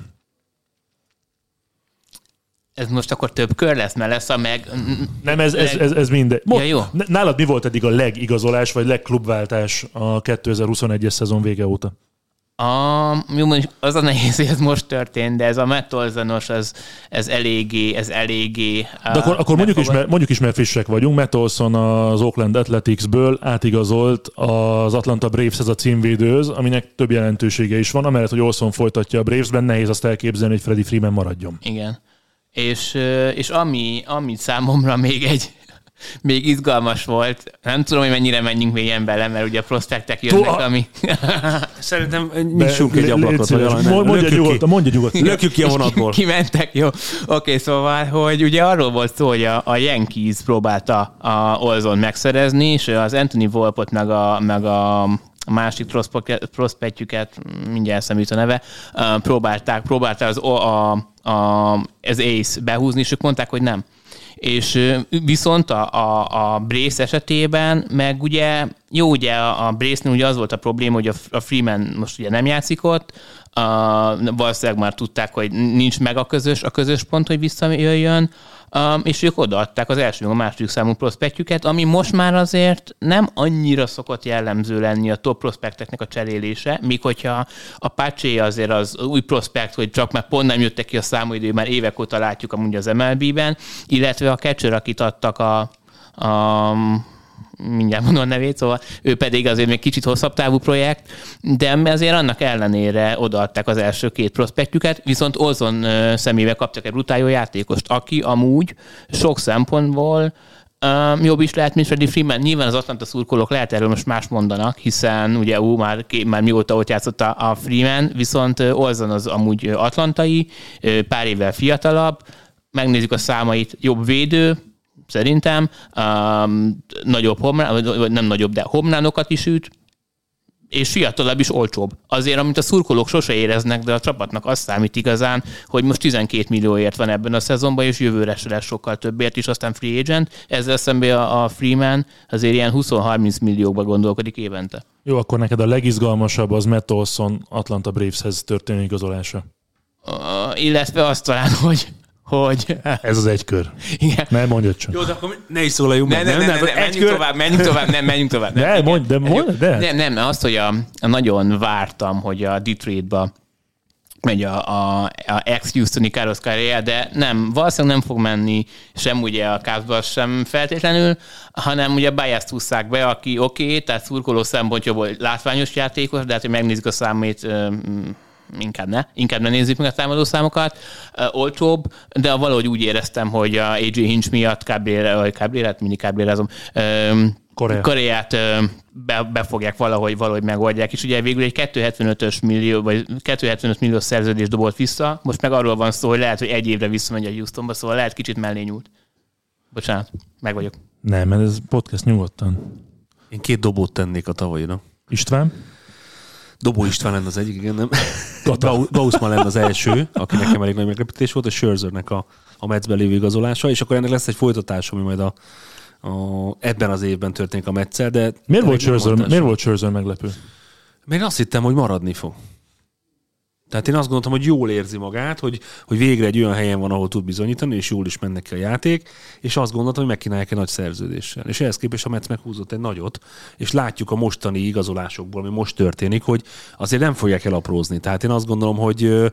Ez most akkor több kör lesz, mert lesz a meg... Nem, ez, ez, ez, ez minden. Ja, jó. Nálad mi volt eddig a legigazolás, vagy legklubváltás a kétezer-huszonegyes szezon vége óta? A, jó, az a nehéz, hogy ez most történt, de ez a Matt Olsonos, az, ez eléggé, ez eléggé... De akkor, akkor mondjuk, is, mert, mondjuk is, mert frissek vagyunk. Matt Olson az Oakland Athleticsből átigazolt az Atlanta Braveshez a címvédőhöz, aminek több jelentősége is van. Amellett, hogy Olson folytatja a Bravesben, nehéz azt elképzelni, hogy Freddie Freeman maradjon. Igen. És, és ami, ami számomra még egy még izgalmas volt, nem tudom, hogy mennyire menjünk mélyen bele, mert ugye a prospektek jönnek, Tó, ami... Szerintem nyissunk egy ablakot. Mondja nyugodtan, mondja nyugodtan. Lökjük ki a vonatból. Kimentek, jó. Oké, okay, szóval, hogy ugye arról volt szó, hogy a, a Yankees próbálta a Olson megszerezni, és az Anthony Volpot meg a, meg a a másik prospektjüket, mindjárt eszembe jut a neve, próbálták, próbálták az, a, a, az Ace behúzni, és ők mondták, hogy nem. És viszont a, a, a Brace esetében, meg ugye, jó, ugye a, a Brace-nél ugye az volt a probléma, hogy a, a Freeman most ugye nem játszik ott, a, valószínűleg már tudták, hogy nincs meg a közös, a közös pont, hogy visszajöjjön, Um, és ők odaadták az első, a második számú prospektjüket, ami most már azért nem annyira szokott jellemző lenni a top prospekteknek a cserélése, míg hogyha a Pache azért az új prospekt, hogy csak már pont nem jöttek ki a számúidő, már évek óta látjuk amúgy az em el bé-ben, illetve a catcher, akit adtak a, a mindjárt mondom a nevét, szóval ő pedig azért még kicsit hosszabb távú projekt, de azért annak ellenére odaadták az első két prospektjüket, viszont Olson személybe kaptak egy brutál jó játékost, aki amúgy sok szempontból um, jobb is lehet, mint Freddie Freeman. Nyilván az Atlanta szurkolók lehet erről most más mondanak, hiszen ugye ú, már, már mióta ott játszott a, a Freeman, viszont Olson az amúgy atlantai, pár évvel fiatalabb, megnézzük a számait, jobb védő, szerintem, um, nagyobb homlán, vagy nem nagyobb, de homlánokat is üt, és fiatalabb is olcsóbb. Azért, amit a szurkolók sose éreznek, de a csapatnak azt számít igazán, hogy most tizenkét millióért van ebben a szezonban, és jövőre se lesz sokkal többért is, aztán free agent. Ezzel szemben a, a Freeman azért ilyen húsz-harminc milliókba gondolkodik évente. Jó, akkor neked a legizgalmasabb az Matt Olson Atlanta Braveshez történő igazolása. Uh, illetve azt talán, hogy hogy... Ez az egy kör. Igen. Nem, mondjad csak. Jó, de akkor ne is szólaljunk meg. Nem, nem, nem, nem, nem, menjünk tovább, menjünk tovább, nem, menjünk tovább. Nem, de, mondj, de mondj, de. Nem, nem, azt, hogy a, a nagyon vártam, hogy a Detroitba megy a, a, a ex-Houstoni Carlos Correa, de nem, valószínűleg nem fog menni sem ugye a Cubsba sem feltétlenül, hanem ugye Baez-t húzzák be, aki oké, okay, tehát szurkoló szempontjából látványos játékos, de hát, hogy megnézzük a számait, inkább ne, inkább ne nézzük meg a támadó számokat, uh, olcsóbb, de valahogy úgy éreztem, hogy a á jé Hinch miatt Cabrera, vagy Cabrera-t, mindig Cabrera-zom, um, Koreát uh, be, be fogják valahogy, valahogy megoldják, és ugye végül egy kétszázhetvenötös millió, vagy kétszázhetvenöt milliós szerződést dobolt vissza, most meg arról van szó, hogy lehet, hogy egy évre visszamegy a Houstonba, szóval lehet kicsit mellé nyúlt. Bocsánat, meg vagyok. Nem, mert ez podcast nyugodtan. Én két dobót tennék a tavalyra. István? Dobó István lenne az egyik, igen, nem. Gaussman lenne az első, aki nekem elég nagy meglepetés volt, és Scherzernek a, a Metsben lévő igazolása, és akkor ennek lesz egy folytatás, ami majd a, a, ebben az évben történik a Metszel, de... Miért volt Scherzer, miért volt Scherzer meglepő? Mert én azt hittem, hogy maradni fog. Tehát én azt gondoltam, hogy jól érzi magát, hogy, hogy végre egy olyan helyen van, ahol tud bizonyítani, és jól is mennek ki a játék, és azt gondoltam, hogy megkínálják egy nagy szerződéssel. És ehhez képest a Mets meghúzott egy nagyot, és látjuk a mostani igazolásokból, ami most történik, hogy azért nem fogják elaprózni. Tehát én azt gondolom, hogy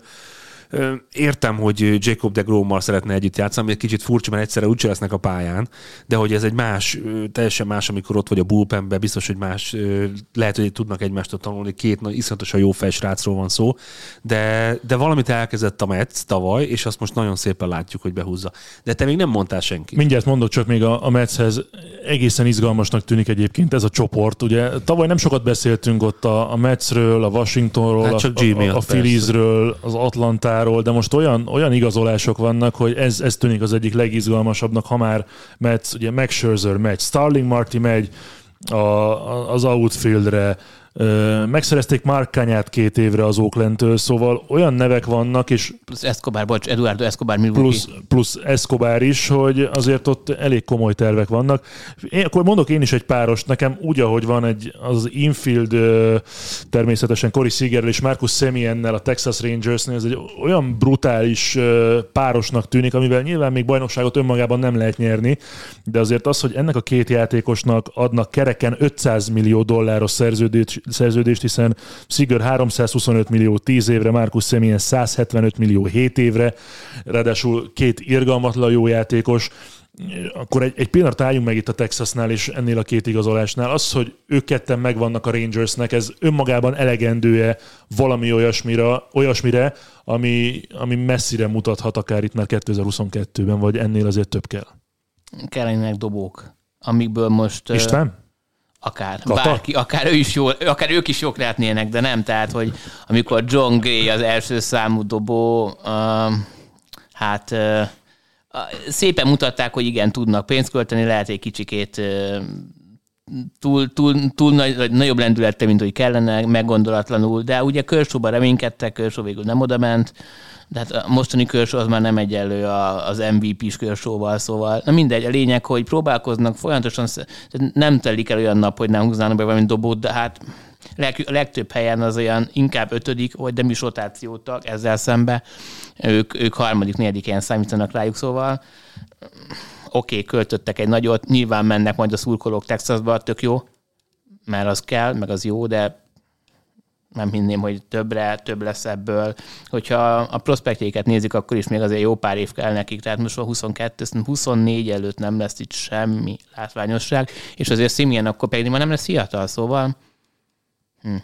értem, hogy Jacob deGrom-mal szeretne együtt játszani, ami egy kicsit furcsa, mert egyszerre úgyse lesznek a pályán, de hogy ez egy más, teljesen más, amikor ott vagy a bullpenben, biztos, hogy más, lehet, hogy tudnak egymástól tanulni, két nagy, iszonyatosan jó fejsrácról van szó, de, de valamit elkezdett a Mets tavaly, és azt most nagyon szépen látjuk, hogy behúzza. De te még nem mondtál senki. Mindjárt mondok, csak még a, a Metshez egészen izgalmasnak tűnik egyébként ez a csoport. Ugye tavaly nem sokat beszéltünk ott a, a Metsről, a Washingtonról, hát a, a, a Philliesről, az Atlantáról, de most olyan, olyan igazolások vannak, hogy ez, ez tűnik az egyik legizgalmasabbnak, ha már Mets, ugye Max Scherzer megy, Starling Marte megy a, az outfieldre, Megszerezték Mark Kanyát két évre az Oaklandtől, szóval olyan nevek vannak, és plusz Escobar, bocs, Eduardo Escobar, Milwaukee. Plusz, plusz Escobar is, hogy azért ott elég komoly tervek vannak. Én, akkor mondok én is egy párost, nekem úgy, ahogy van egy, az infield természetesen Corey Seagerrel és Marcus Semiennel a Texas Rangersnél, ez egy olyan brutális párosnak tűnik, amivel nyilván még bajnokságot önmagában nem lehet nyerni, de azért az, hogy ennek a két játékosnak adnak kereken ötszáz millió dolláros szerződést, szerződést, hiszen Seager háromszázhuszonöt millió tíz évre, Marcus Semien száz hetvenöt millió hét évre, ráadásul két irgalmatlan jó játékos, akkor egy, egy pillanat álljunk meg itt a Texasnál és ennél a két igazolásnál. Az, hogy ők ketten megvannak a Rangersnek, ez önmagában elegendő-e valami olyasmire, olyasmire ami, ami messzire mutathat akár itt már kétezer-huszonkettőben, vagy ennél azért több kell? Kellenek dobók, amikből most... István? Akár, Kata? bárki, akár, ő is jó, akár ők is jók lehetnének, de nem. Tehát, hogy amikor John Gray az első számú dobó, uh, hát uh, szépen mutatták, hogy igen, tudnak pénzt költeni, lehet egy kicsikét uh, túl, túl, túl nagy, nagyobb lendülettel, mint hogy kellene, meggondolatlanul, de ugye Kershawban reménykedtek, Kershaw végül nem oda ment, de hát a mostani Kershaw az már nem egyenlő az em vé pés Kershawval, szóval na mindegy, a lényeg, hogy próbálkoznak folyamatosan, nem telik el olyan nap, hogy nem húznának be valami dobót, de hát a legtöbb helyen az olyan inkább ötödik, vagy nem is rotációtag ezzel szembe, ők, ők harmadik, negyedik helyen számítanak rájuk, szóval oké, okay, költöttek egy nagyot, nyilván mennek majd a szurkolók Texasba, tök jó, mert az kell, meg az jó, de nem hinném, hogy többre, több lesz ebből. Hogyha a prospektjéket nézik, akkor is még azért jó pár év kell nekik, tehát most van huszonkettő, huszonnégy előtt nem lesz itt semmi látványosság, és azért Semien akkor pedig már nem lesz fiatal, szóval... Hm.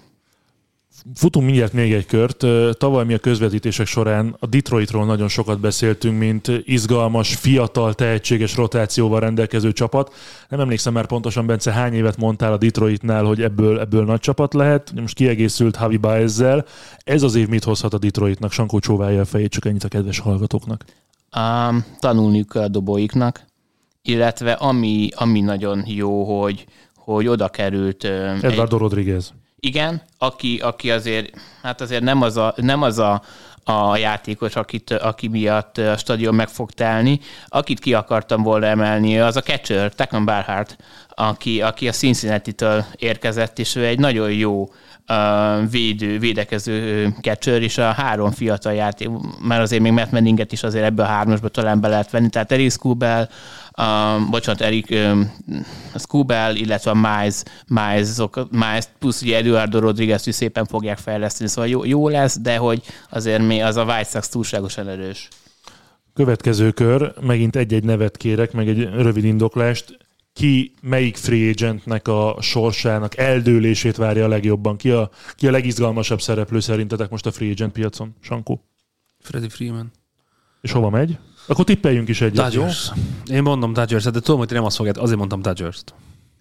Futunk mindjárt még egy kört. Tavaly mi a közvetítések során a Detroitról nagyon sokat beszéltünk, mint izgalmas, fiatal, tehetséges rotációval rendelkező csapat. Nem emlékszem már pontosan, Bence, hány évet mondtál a Detroitnál, hogy ebből, ebből nagy csapat lehet. Most kiegészült Javi Baezzel. Ez az év mit hozhat a Detroitnak? Sankó csóválja a fejét, csak ennyit a kedves hallgatóknak. Um, tanulniuk kell a dobóiknak, illetve ami, ami nagyon jó, hogy, hogy oda került... Um, Eduardo egy... Rodriguez. Igen, aki, aki azért, hát azért nem az a, nem az a, a játékos, akit, aki miatt a stadion meg fog telni. Akit ki akartam volna emelni, az a catcher, Tekken Barhart, aki, aki a Cincinnati-től érkezett, és ő egy nagyon jó uh, védő, védekező catcher, és a három fiatal játék, már azért még Matt Manninget is azért ebbe a hármasba talán be lehet venni, tehát Eric Skubal, Um, bocsánat, Eric um, Skubal, illetve a Miles, Miles, Miles plusz ugye Eduardo Rodriguez is szépen fogják fejleszteni, szóval jó, jó lesz, de hogy azért még az a White Sox túlságosan erős. Következő kör, megint egy-egy nevet kérek, meg egy rövid indoklást. Ki melyik free agentnek a sorsának eldőlését várja a legjobban? Ki a, ki a legizgalmasabb szereplő szerintetek most a free agent piacon? Sankó? Freddie Freeman. És hova megy? Akkor tippeljünk is egyet, jó? Én mondom Dodgers-et, de tudom, hogy ti nem azt fogjád, azért mondtam Dodgers-t.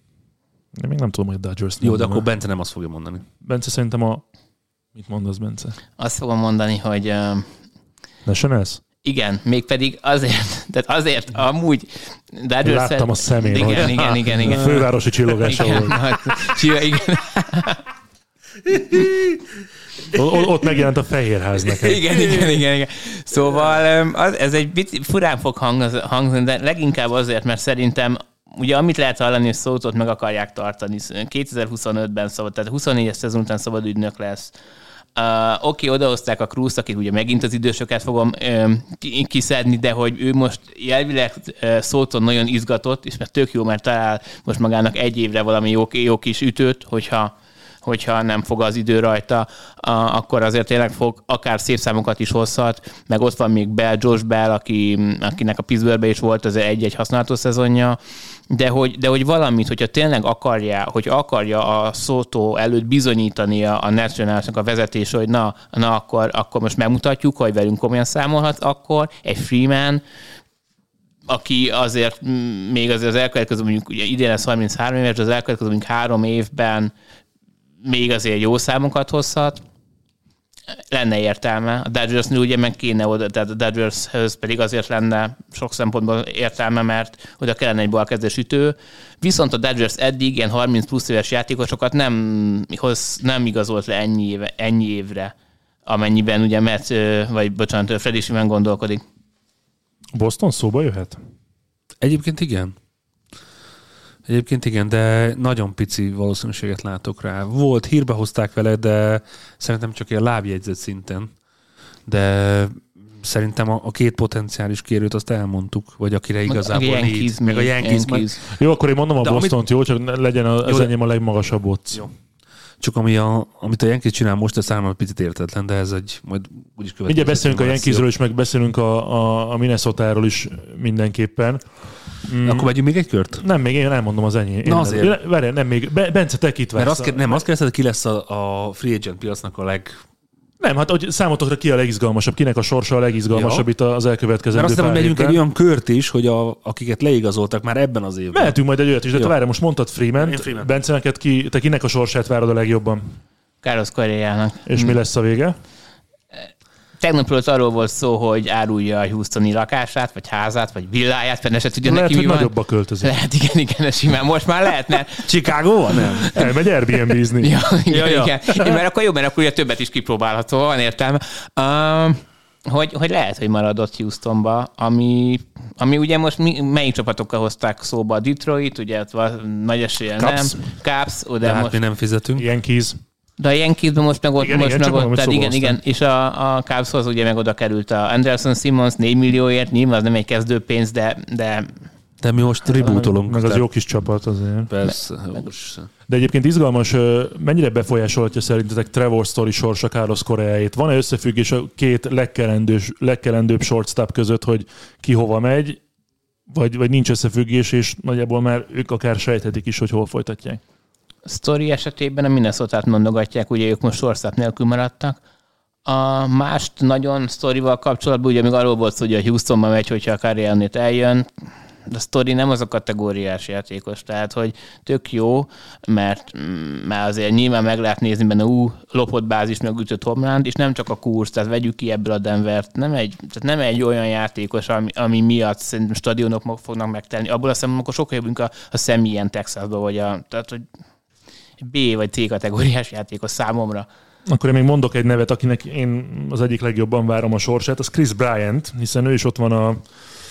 Én még nem tudom, hogy Dodgers. Jó, de akkor Bence nem azt fogja mondani. Bence szerintem a... Mit mondasz, Bence? Azt fogom mondani, hogy... Uh... Nationals? Igen, mégpedig azért, tehát azért amúgy... Dodgers-et... Láttam a szemén, igen, hogy igen, igen, igen, igen. Fővárosi csillogása igen, volt. hát, igen. O- ott megjelent a Fehérház nekem. Igen, igen, igen, igen. Szóval az, ez egy picit furán fog hangzni, de leginkább azért, mert szerintem ugye amit lehet hallani, hogy Sotot meg akarják tartani. kétezer-huszonötben szabad, tehát huszonnégyes szezon után szabad ügynök lesz. Uh, Oké, okay, odahozták a Cruz-t, akik ugye megint az idősöket fogom uh, kiszedni, de hogy ő most jelvileg uh, Soton nagyon izgatott, és mert tök jó, mert talál most magának egy évre valami jó, jó kis ütőt, hogyha hogyha nem fog az idő rajta, akkor azért tényleg fog akár szép számokat is hozhat, meg ott van még Bell, Josh Bell, aki, akinek a Pittsburghben is volt az egy-egy használatos szezonja, de hogy, de hogy valamit, hogyha tényleg akarja, hogy akarja a Soto előtt bizonyítani a, a Nationalsnak a vezetés, hogy na, na akkor, akkor most megmutatjuk, hogy velünk komolyan számolhat, akkor egy Freeman, aki azért még azért az elkövetkező, mondjuk ugye idén lesz harminchárom éves, az elkövetkező mondjuk három évben még azért jó számokat hozhat. lenne értelme. A Dodgersnél ugye meg kéne oda, tehát a Dodgershöz pedig azért lenne sok szempontból értelme, mert oda kellene egy balkezdes ütő. Viszont a Dodgers eddig ilyen harminc plusz éves játékosokat nem, hoz, nem igazolt le ennyi, éve, ennyi évre, amennyiben ugye Matt, vagy bocsánat, Freddy Freeman gondolkodik. Boston szóba jöhet? Egyébként igen. Egyébként igen, de nagyon pici valószínűséget látok rá. Volt, hírbe hozták vele, de szerintem csak ilyen lábjegyzet szinten. De szerintem a, a két potenciális kérőt azt elmondtuk, vagy akire igazából a négy. Meg a Yankees. Yankees. Jó, akkor én mondom a de Bostont, amit... jó? Csak legyen a, az jó, enyém a legmagasabb ott. Jó. Csak ami a, amit a Yankees csinál most, ez számomra picit értetlen, de ez egy, majd úgyis következő. Ugye beszélünk a Yankeesről is, meg beszélünk a, a, a Minnesotáról is mindenképpen. Mm. Akkor megyünk még egy kört? Nem, még én elmondom az enyém. Na azért. Várjál, nem még. Bence, te kit vársz? Mert azt, nem, azt kérdezted, ki lesz a, a free agent piacnak a leg... Nem, hát hogy számotokra ki a legizgalmasabb, kinek a sorsa a legizgalmasabb ja. itt az elkövetkezendő pár évben. Mert azt hiszem, hogy megyünk egy olyan kört is, hogy a, akiket leigazoltak már ebben az évben. Mehetünk majd egy olyat is, de te várj, most mondtad Freeman-t. Freeman. Bence, neked ki, te kinek a sorsát várod a legjobban? Carlos Correa-nak. És hmm. mi lesz a vége? Tegnap előtt arról volt szó, hogy árulja a houstoni lakását, vagy házát, vagy villáját, fenne se tudja lehet, neki, mi hogy van. nagyobba költözik. Lehet, igen, igen, simán. Most már lehetne. Chicago-ban nem? Elmegy Airbnb-zni. ja, igen, ja, igen. ja. Mert akkor jó, mert akkor ugye többet is kipróbálható, van értelme. Uh, hogy, hogy lehet, hogy maradott Houstonba, ami, ami ugye most mi, melyik csapatokkal hozták szóba? A Detroit, ugye ott van nagy eséllyel nem. Cubs, de hát most... mi nem fizetünk. Yankees. De a Yankeesben most meg ott, igen, most igen, meg ott, tehát igen, hoztam. igen, és a, a Cubshoz ugye meg oda került a Anderson Simmons négy millióért, nyilván az nem egy kezdőpénz, de, de De mi most rebootolunk. Meg az jó kis csapat azért. Persze. De egyébként izgalmas, mennyire befolyásolhatja szerintetek Trevor Story sorsa Carlos Correáét? Van-e összefüggés a két legkelendőbb shortstop között, hogy ki hova megy, vagy, vagy nincs összefüggés, és nagyjából már ők akár sejthetik is, hogy hol folytatják? Story esetében a Minnesotát mondogatják, ugye ők most shortstop nélkül maradtak. A mást nagyon Storyval kapcsolatban, ugye még arról volt szó, hogy a Houstonba megy, hogyha a Correa-nét eljön. De a Story nem az a kategóriás játékos, tehát hogy tök jó, mert már azért nyilván meg lehet nézni benne ú, lopott bázis, meg ütött homlánt, és nem csak a kursz, tehát vegyük ki ebből a Denvert, nem egy, tehát nem egy olyan játékos, ami, ami miatt szerintem stadionok fognak megtelni. Abból a szemben akkor sokkal jobbunk a, a Semien Texasba, vagy a, tehát hogy B vagy C kategóriás játékos számomra. Akkor én még mondok egy nevet, akinek én az egyik legjobban várom a sorsát, az Chris Bryant, hiszen ő is ott van a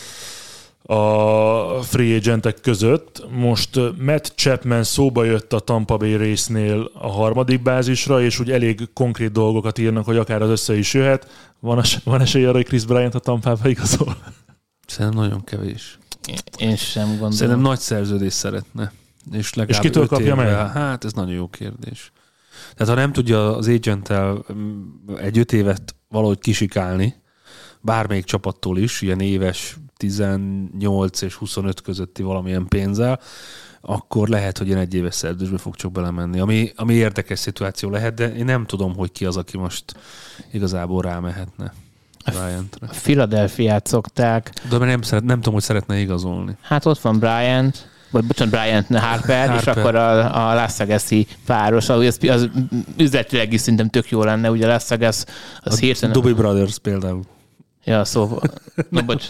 a free agentek között. Most Matt Chapman szóba jött a Tampa Bay résznél a harmadik bázisra, és úgy elég konkrét dolgokat írnak, hogy akár az össze is jöhet. Van, es- van esély arra, hogy Chris Bryant a Tampába igazol? Szerintem nagyon kevés. Én sem gondolom. Szerintem nagy szerződést szeretne. És, és kitől kapja meg? Hát ez nagyon jó kérdés. Tehát ha nem tudja az agenttel egy öt évet valahogy kisikálni, bármelyik csapattól is, ilyen éves tizennyolc és huszonöt közötti valamilyen pénzzel, akkor lehet, hogy ilyen egy éves szerződésbe fog csak belemenni. Ami, ami érdekes szituáció lehet, de én nem tudom, hogy ki az, aki most igazából rámehetne Bryantre. A Philadelphiát szokták. De nem, szeret, nem tudom, hogy szeretne igazolni. Hát ott van Bryant, vagy bocsánat, Bryant Harper, Harper, és akkor a, a Las Vegas-i páros, az, az üzletileg is szerintem tök jó lenne, ugye Las Vegas az a hirtelen... Doobie Brothers például. Ja, szóval... Na, bocs.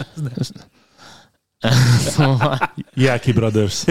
szóval... Yaki Brothers.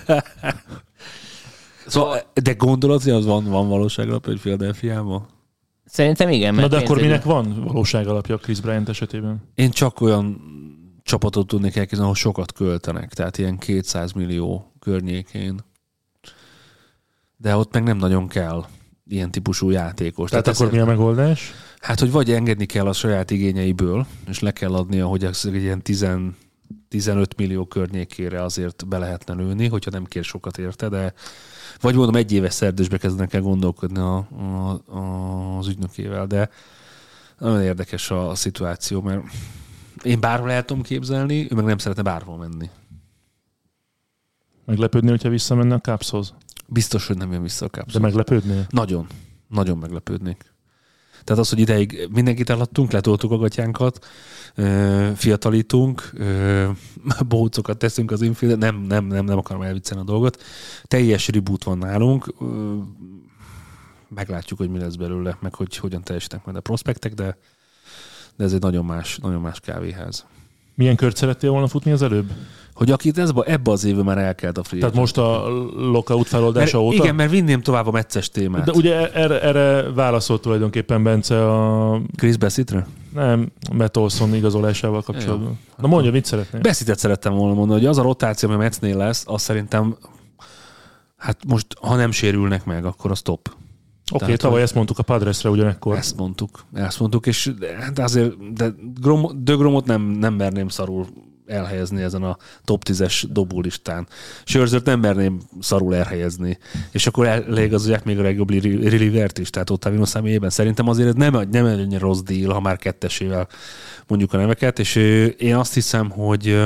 Szóval, de gondolod, hogy az van, van valóság alapja, hogy Philadelphiában? Szerintem igen. Na de akkor minek van valóság alapja a Chris Bryant esetében? Én csak olyan csapatot tudnék elképzelni, ahol sokat költenek, tehát ilyen kétszáz millió környékén. De ott meg nem nagyon kell ilyen típusú játékos. Tehát, tehát akkor mi a megoldás? Hát, hogy vagy engedni kell a saját igényeiből, és le kell adnia, hogy egy ilyen tíz, tizenöt millió környékére azért be lehetne lőni, hogyha nem kér sokat érte, de vagy mondom, egy éves szerződésbe kezdenek el gondolkodni a, a, a, az ügynökével, de nagyon érdekes a, a szituáció, mert én bárhol el tudom képzelni, ő meg nem szeretne bárhol menni. Meglepődni, hogyha visszamenne a Cubshoz? Biztos, hogy nem jön vissza a Cubshoz. De meglepődnél? Nagyon. Nagyon meglepődnék. Tehát az, hogy ideig mindenkit eladtunk, letoltuk a gatyánkat, fiatalítunk, bócokat teszünk az infield, nem, nem, nem, nem akarom elviccelni a dolgot. Teljes reboot van nálunk. meglátjuk, hogy mi lesz belőle, meg hogy hogyan teljesítenek majd a prospektek, de, de ez egy nagyon más, nagyon más kávéház. Milyen kört szerettél volna futni az előbb? Hogy akit ez, ebbe az évben már elkelt a free Tehát most a lockout feloldása mert, óta? Igen, mert vinném tovább a meccses témát. De ugye erre, erre válaszolt tulajdonképpen Bence a... Chris Bassitre? Nem, Matt Olson igazolásával kapcsolatban. Na mondja, mit szeretnél? Bassittet szerettem volna mondani, hogy az a rotáció, ami a Metsnél lesz, az szerintem, hát most, ha nem sérülnek meg, akkor az top. Oké, okay, tavaly ezt mondtuk a Padresre ugyanekkor. Ezt mondtuk, ezt mondtuk, és de azért, de Grom, de Gromot nem, nem merném szarul elhelyezni ezen a top tízes dobólistán. Scherzert nem merném szarul elhelyezni. És akkor leigazolják még a legjobb relievert is, tehát Ottavino személyében. Szerintem azért ez nem, nem egy rossz deal, ha már kettesével mondjuk a neveket, és én azt hiszem, hogy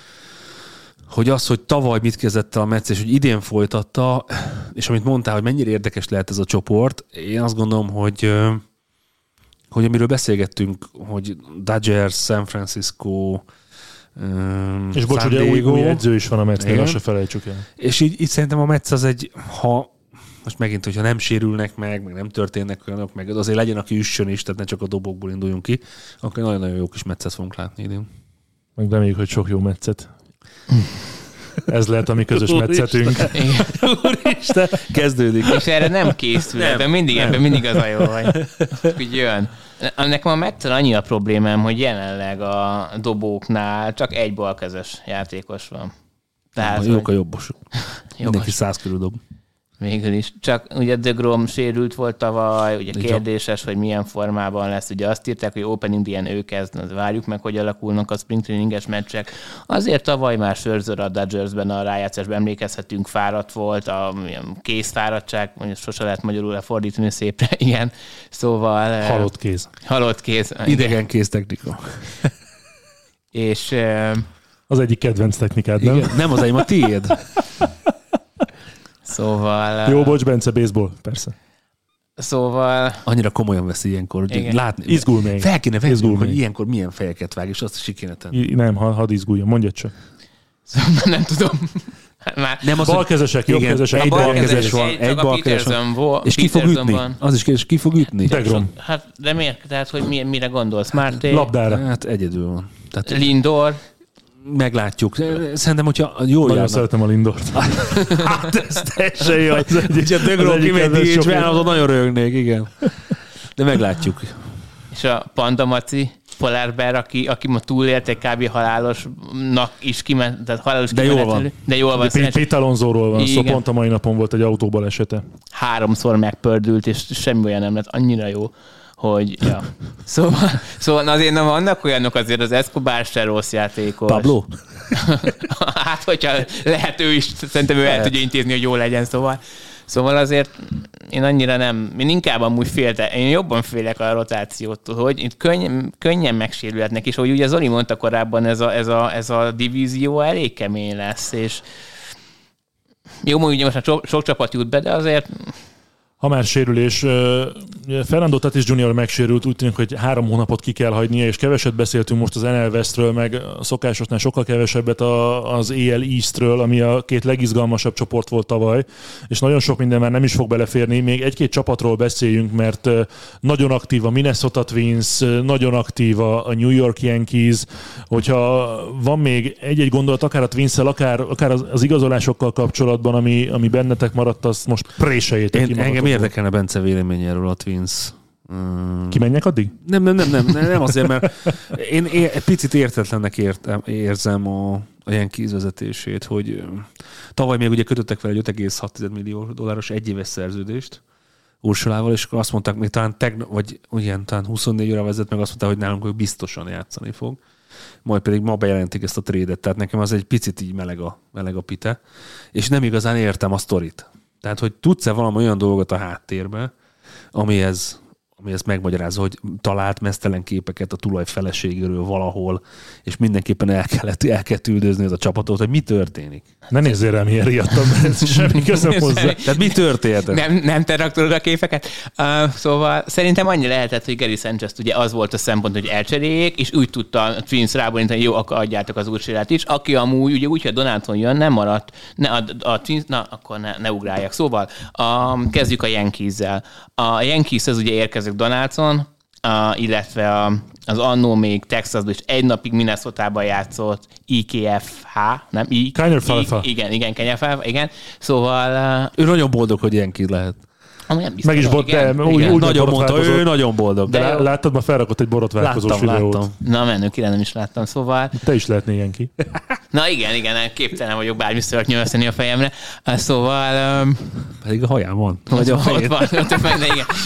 hogy az, hogy tavaly mit kezdett a Mets, és hogy idén folytatta, és amit mondtál, hogy mennyire érdekes lehet ez a csoport, én azt gondolom, hogy hogy amiről beszélgettünk, hogy Dodgers, San Francisco, és bocs, ugye új, új edző is van a Metsnél, azt se felejtsük el. És így, így szerintem a Mets az egy, ha most megint, hogyha nem sérülnek meg, meg nem történnek olyanok, meg azért legyen, aki üssön is, tehát ne csak a dobokból induljunk ki, akkor nagyon-nagyon jó kis Metszet fogunk látni idén. Meg reméljük, hogy sok jó Metszet. Ez lehet a mi közös metszetünk. Úristen, kezdődik. És erre nem készül, nem, de mindig, ebben mindig az a jó vagy. Úgy jön. Nekem a Metszel annyi a problémám, hogy jelenleg a dobóknál csak egy balkezes játékos van. Tehát, jók a jobbosok. Mindenki száz körül dob. Végül is. Csak ugye DeGrom sérült volt tavaly, ugye kérdéses, hogy milyen formában lesz. Ugye azt írták, hogy Opening Day-en ő kezd, várjuk meg, hogy alakulnak a spring traininges meccsek. Azért tavaly már Scherzer a Dodgersben a rájátszásban emlékezhetünk, fáradt volt, a kézfáradtság, mondjuk sose lehet magyarul lefordítani szépre, igen. Szóval... Halott kéz. Halott kéz. Idegen kéz technika. És... Az egyik kedvenc technikád, nem? Igen, nem az enyém, a tiéd. Szóval... Jó, bocs, Bence, baseball, persze. Szóval... Annyira komolyan veszi ilyenkor, hogy látni. Izgul még. Fel kéne venni, hogy ilyenkor milyen fejeket vág, és azt is kéne tenni. Nem, hadd izguljon, mondjad csak. Szóval nem tudom. Már nem az, balkezesek, jobbkezesek. Egy balkezes van, egy balkezes van. És ki fog ütni? Az is kérdés, ki fog ütni? DeGrom. Hát, de miért? Tehát, hogy mire gondolsz? Márté? Labdára. Hát egyedül van. Tehát, Lindor. Meglátjuk. Szerintem, hogyha jól Nagyon járnak. szeretem a Lindort. Hát ez teljesen jó. Hogyha DeGrom kimegy dé há-ben, azon nagyon röhögnék, igen. De meglátjuk. És a Panda Maci, Polar Bear, aki, aki ma túlélte kb. Halálosnak is kiment, tehát halálos de jól van. De jól van. Pete Alonsoról van szó, pont a mai napon volt egy autóbalesete. Háromszor megpördült, és semmi olyan nem lett, annyira jó, hogy ja. Szóval, szóval azért nem vannak olyanok, azért az Escobar se rossz játékos. Pablo? Hát, hogyha lehet ő is, szerintem ő el tudja intézni, hogy jó legyen, szóval. Szóval azért én annyira nem, én inkább amúgy félte, én jobban félek a rotációtól, hogy itt könnyen, könnyen megsérülhetnek, és hogy ugye Zoli mondta korábban, ez a, ez a, ez a divízió elég kemény lesz, és jó, ugye most már sok csapat jut be, de azért... Ha már sérülés, Fernando Tatis junior megsérült, úgy tűnik, hogy három hónapot ki kell hagynia, és keveset beszéltünk most az en el Westről, meg a szokásosnál sokkal kevesebbet az á el Eastről, ami a két legizgalmasabb csoport volt tavaly, és nagyon sok minden már nem is fog beleférni. Még egy-két csapatról beszéljünk, mert nagyon aktív a Minnesota Twins, nagyon aktív a New York Yankees, hogyha van még egy-egy gondolat, akár a Twins-szel, akár, akár az igazolásokkal kapcsolatban, ami, ami bennetek maradt, azt most préseljétek ki magatok. Érdekelne Bence véleményéről a Twins. Um, Kimenjek addig? Nem, nem, nem, nem, nem azért, mert én egy picit értetlennek értem, érzem a, a Yankees vezetését, hogy tavaly még ugye kötöttek vele egy öt egész hat millió dolláros egyéves szerződést Ursulával, és akkor azt mondták, még talán tegnap, vagy ugyan, talán huszonnégy óra vezet, meg azt mondták, hogy nálunk hogy biztosan játszani fog. Majd pedig ma bejelentik ezt a trédet, tehát nekem az egy picit így meleg a, meleg a pite, és nem igazán értem a sztorit. Tehát, hogy tudsz-e valami olyan dolgot a háttérbe, amihez, ami ezt megmagyarázza, hogy talált meztelen képeket a tulaj feleségéről valahol, és mindenképpen el kellett, el kellett üldözni az a csapatot, hogy mi történik. Ne nézzél rám ilyen riadtan, mert ez semmi közöm hozzá. Tehát mi történt? Nem, nem te raktad a képeket. Uh, szóval szerintem annyi lehetett, hogy Gary Sanchez ugye az volt a szempont, hogy elcseréljék, és úgy tudta a Twins ráborítani, hogy jó, akkor adjátok az úrcsillát is. Aki amúgy, ugye úgy, hogy Donaldson jön, nem maradt, ne, a, a Twins, na, akkor ne, ne ugráljak. Szóval a, kezdjük a Yankees-zel. A Yankees az ugye érkezik Donaldson, Uh, illetve a, az annó még Texasban is egy napig Minnesotában játszott I K F H, nem? I, Kiner Falefa. Igen, igen, Kiner Falefa, igen. Szóval... Uh, ő nagyon boldog, hogy Yankee lehet. Meg is volt, de úgy, úgy nagyon mondta, ő nagyon boldog. De, de láttad, ma felrakott egy borotválkozós láttam, videót. Láttam. Na, menő, kire nem is láttam, szóval... Te is lehetnél Yankee. Na igen, igen, képtelen vagyok bármi szört nyomasztani a fejemre. Szóval... Um, Pedig a haján van. Vagy a haján van, ott van, de igen.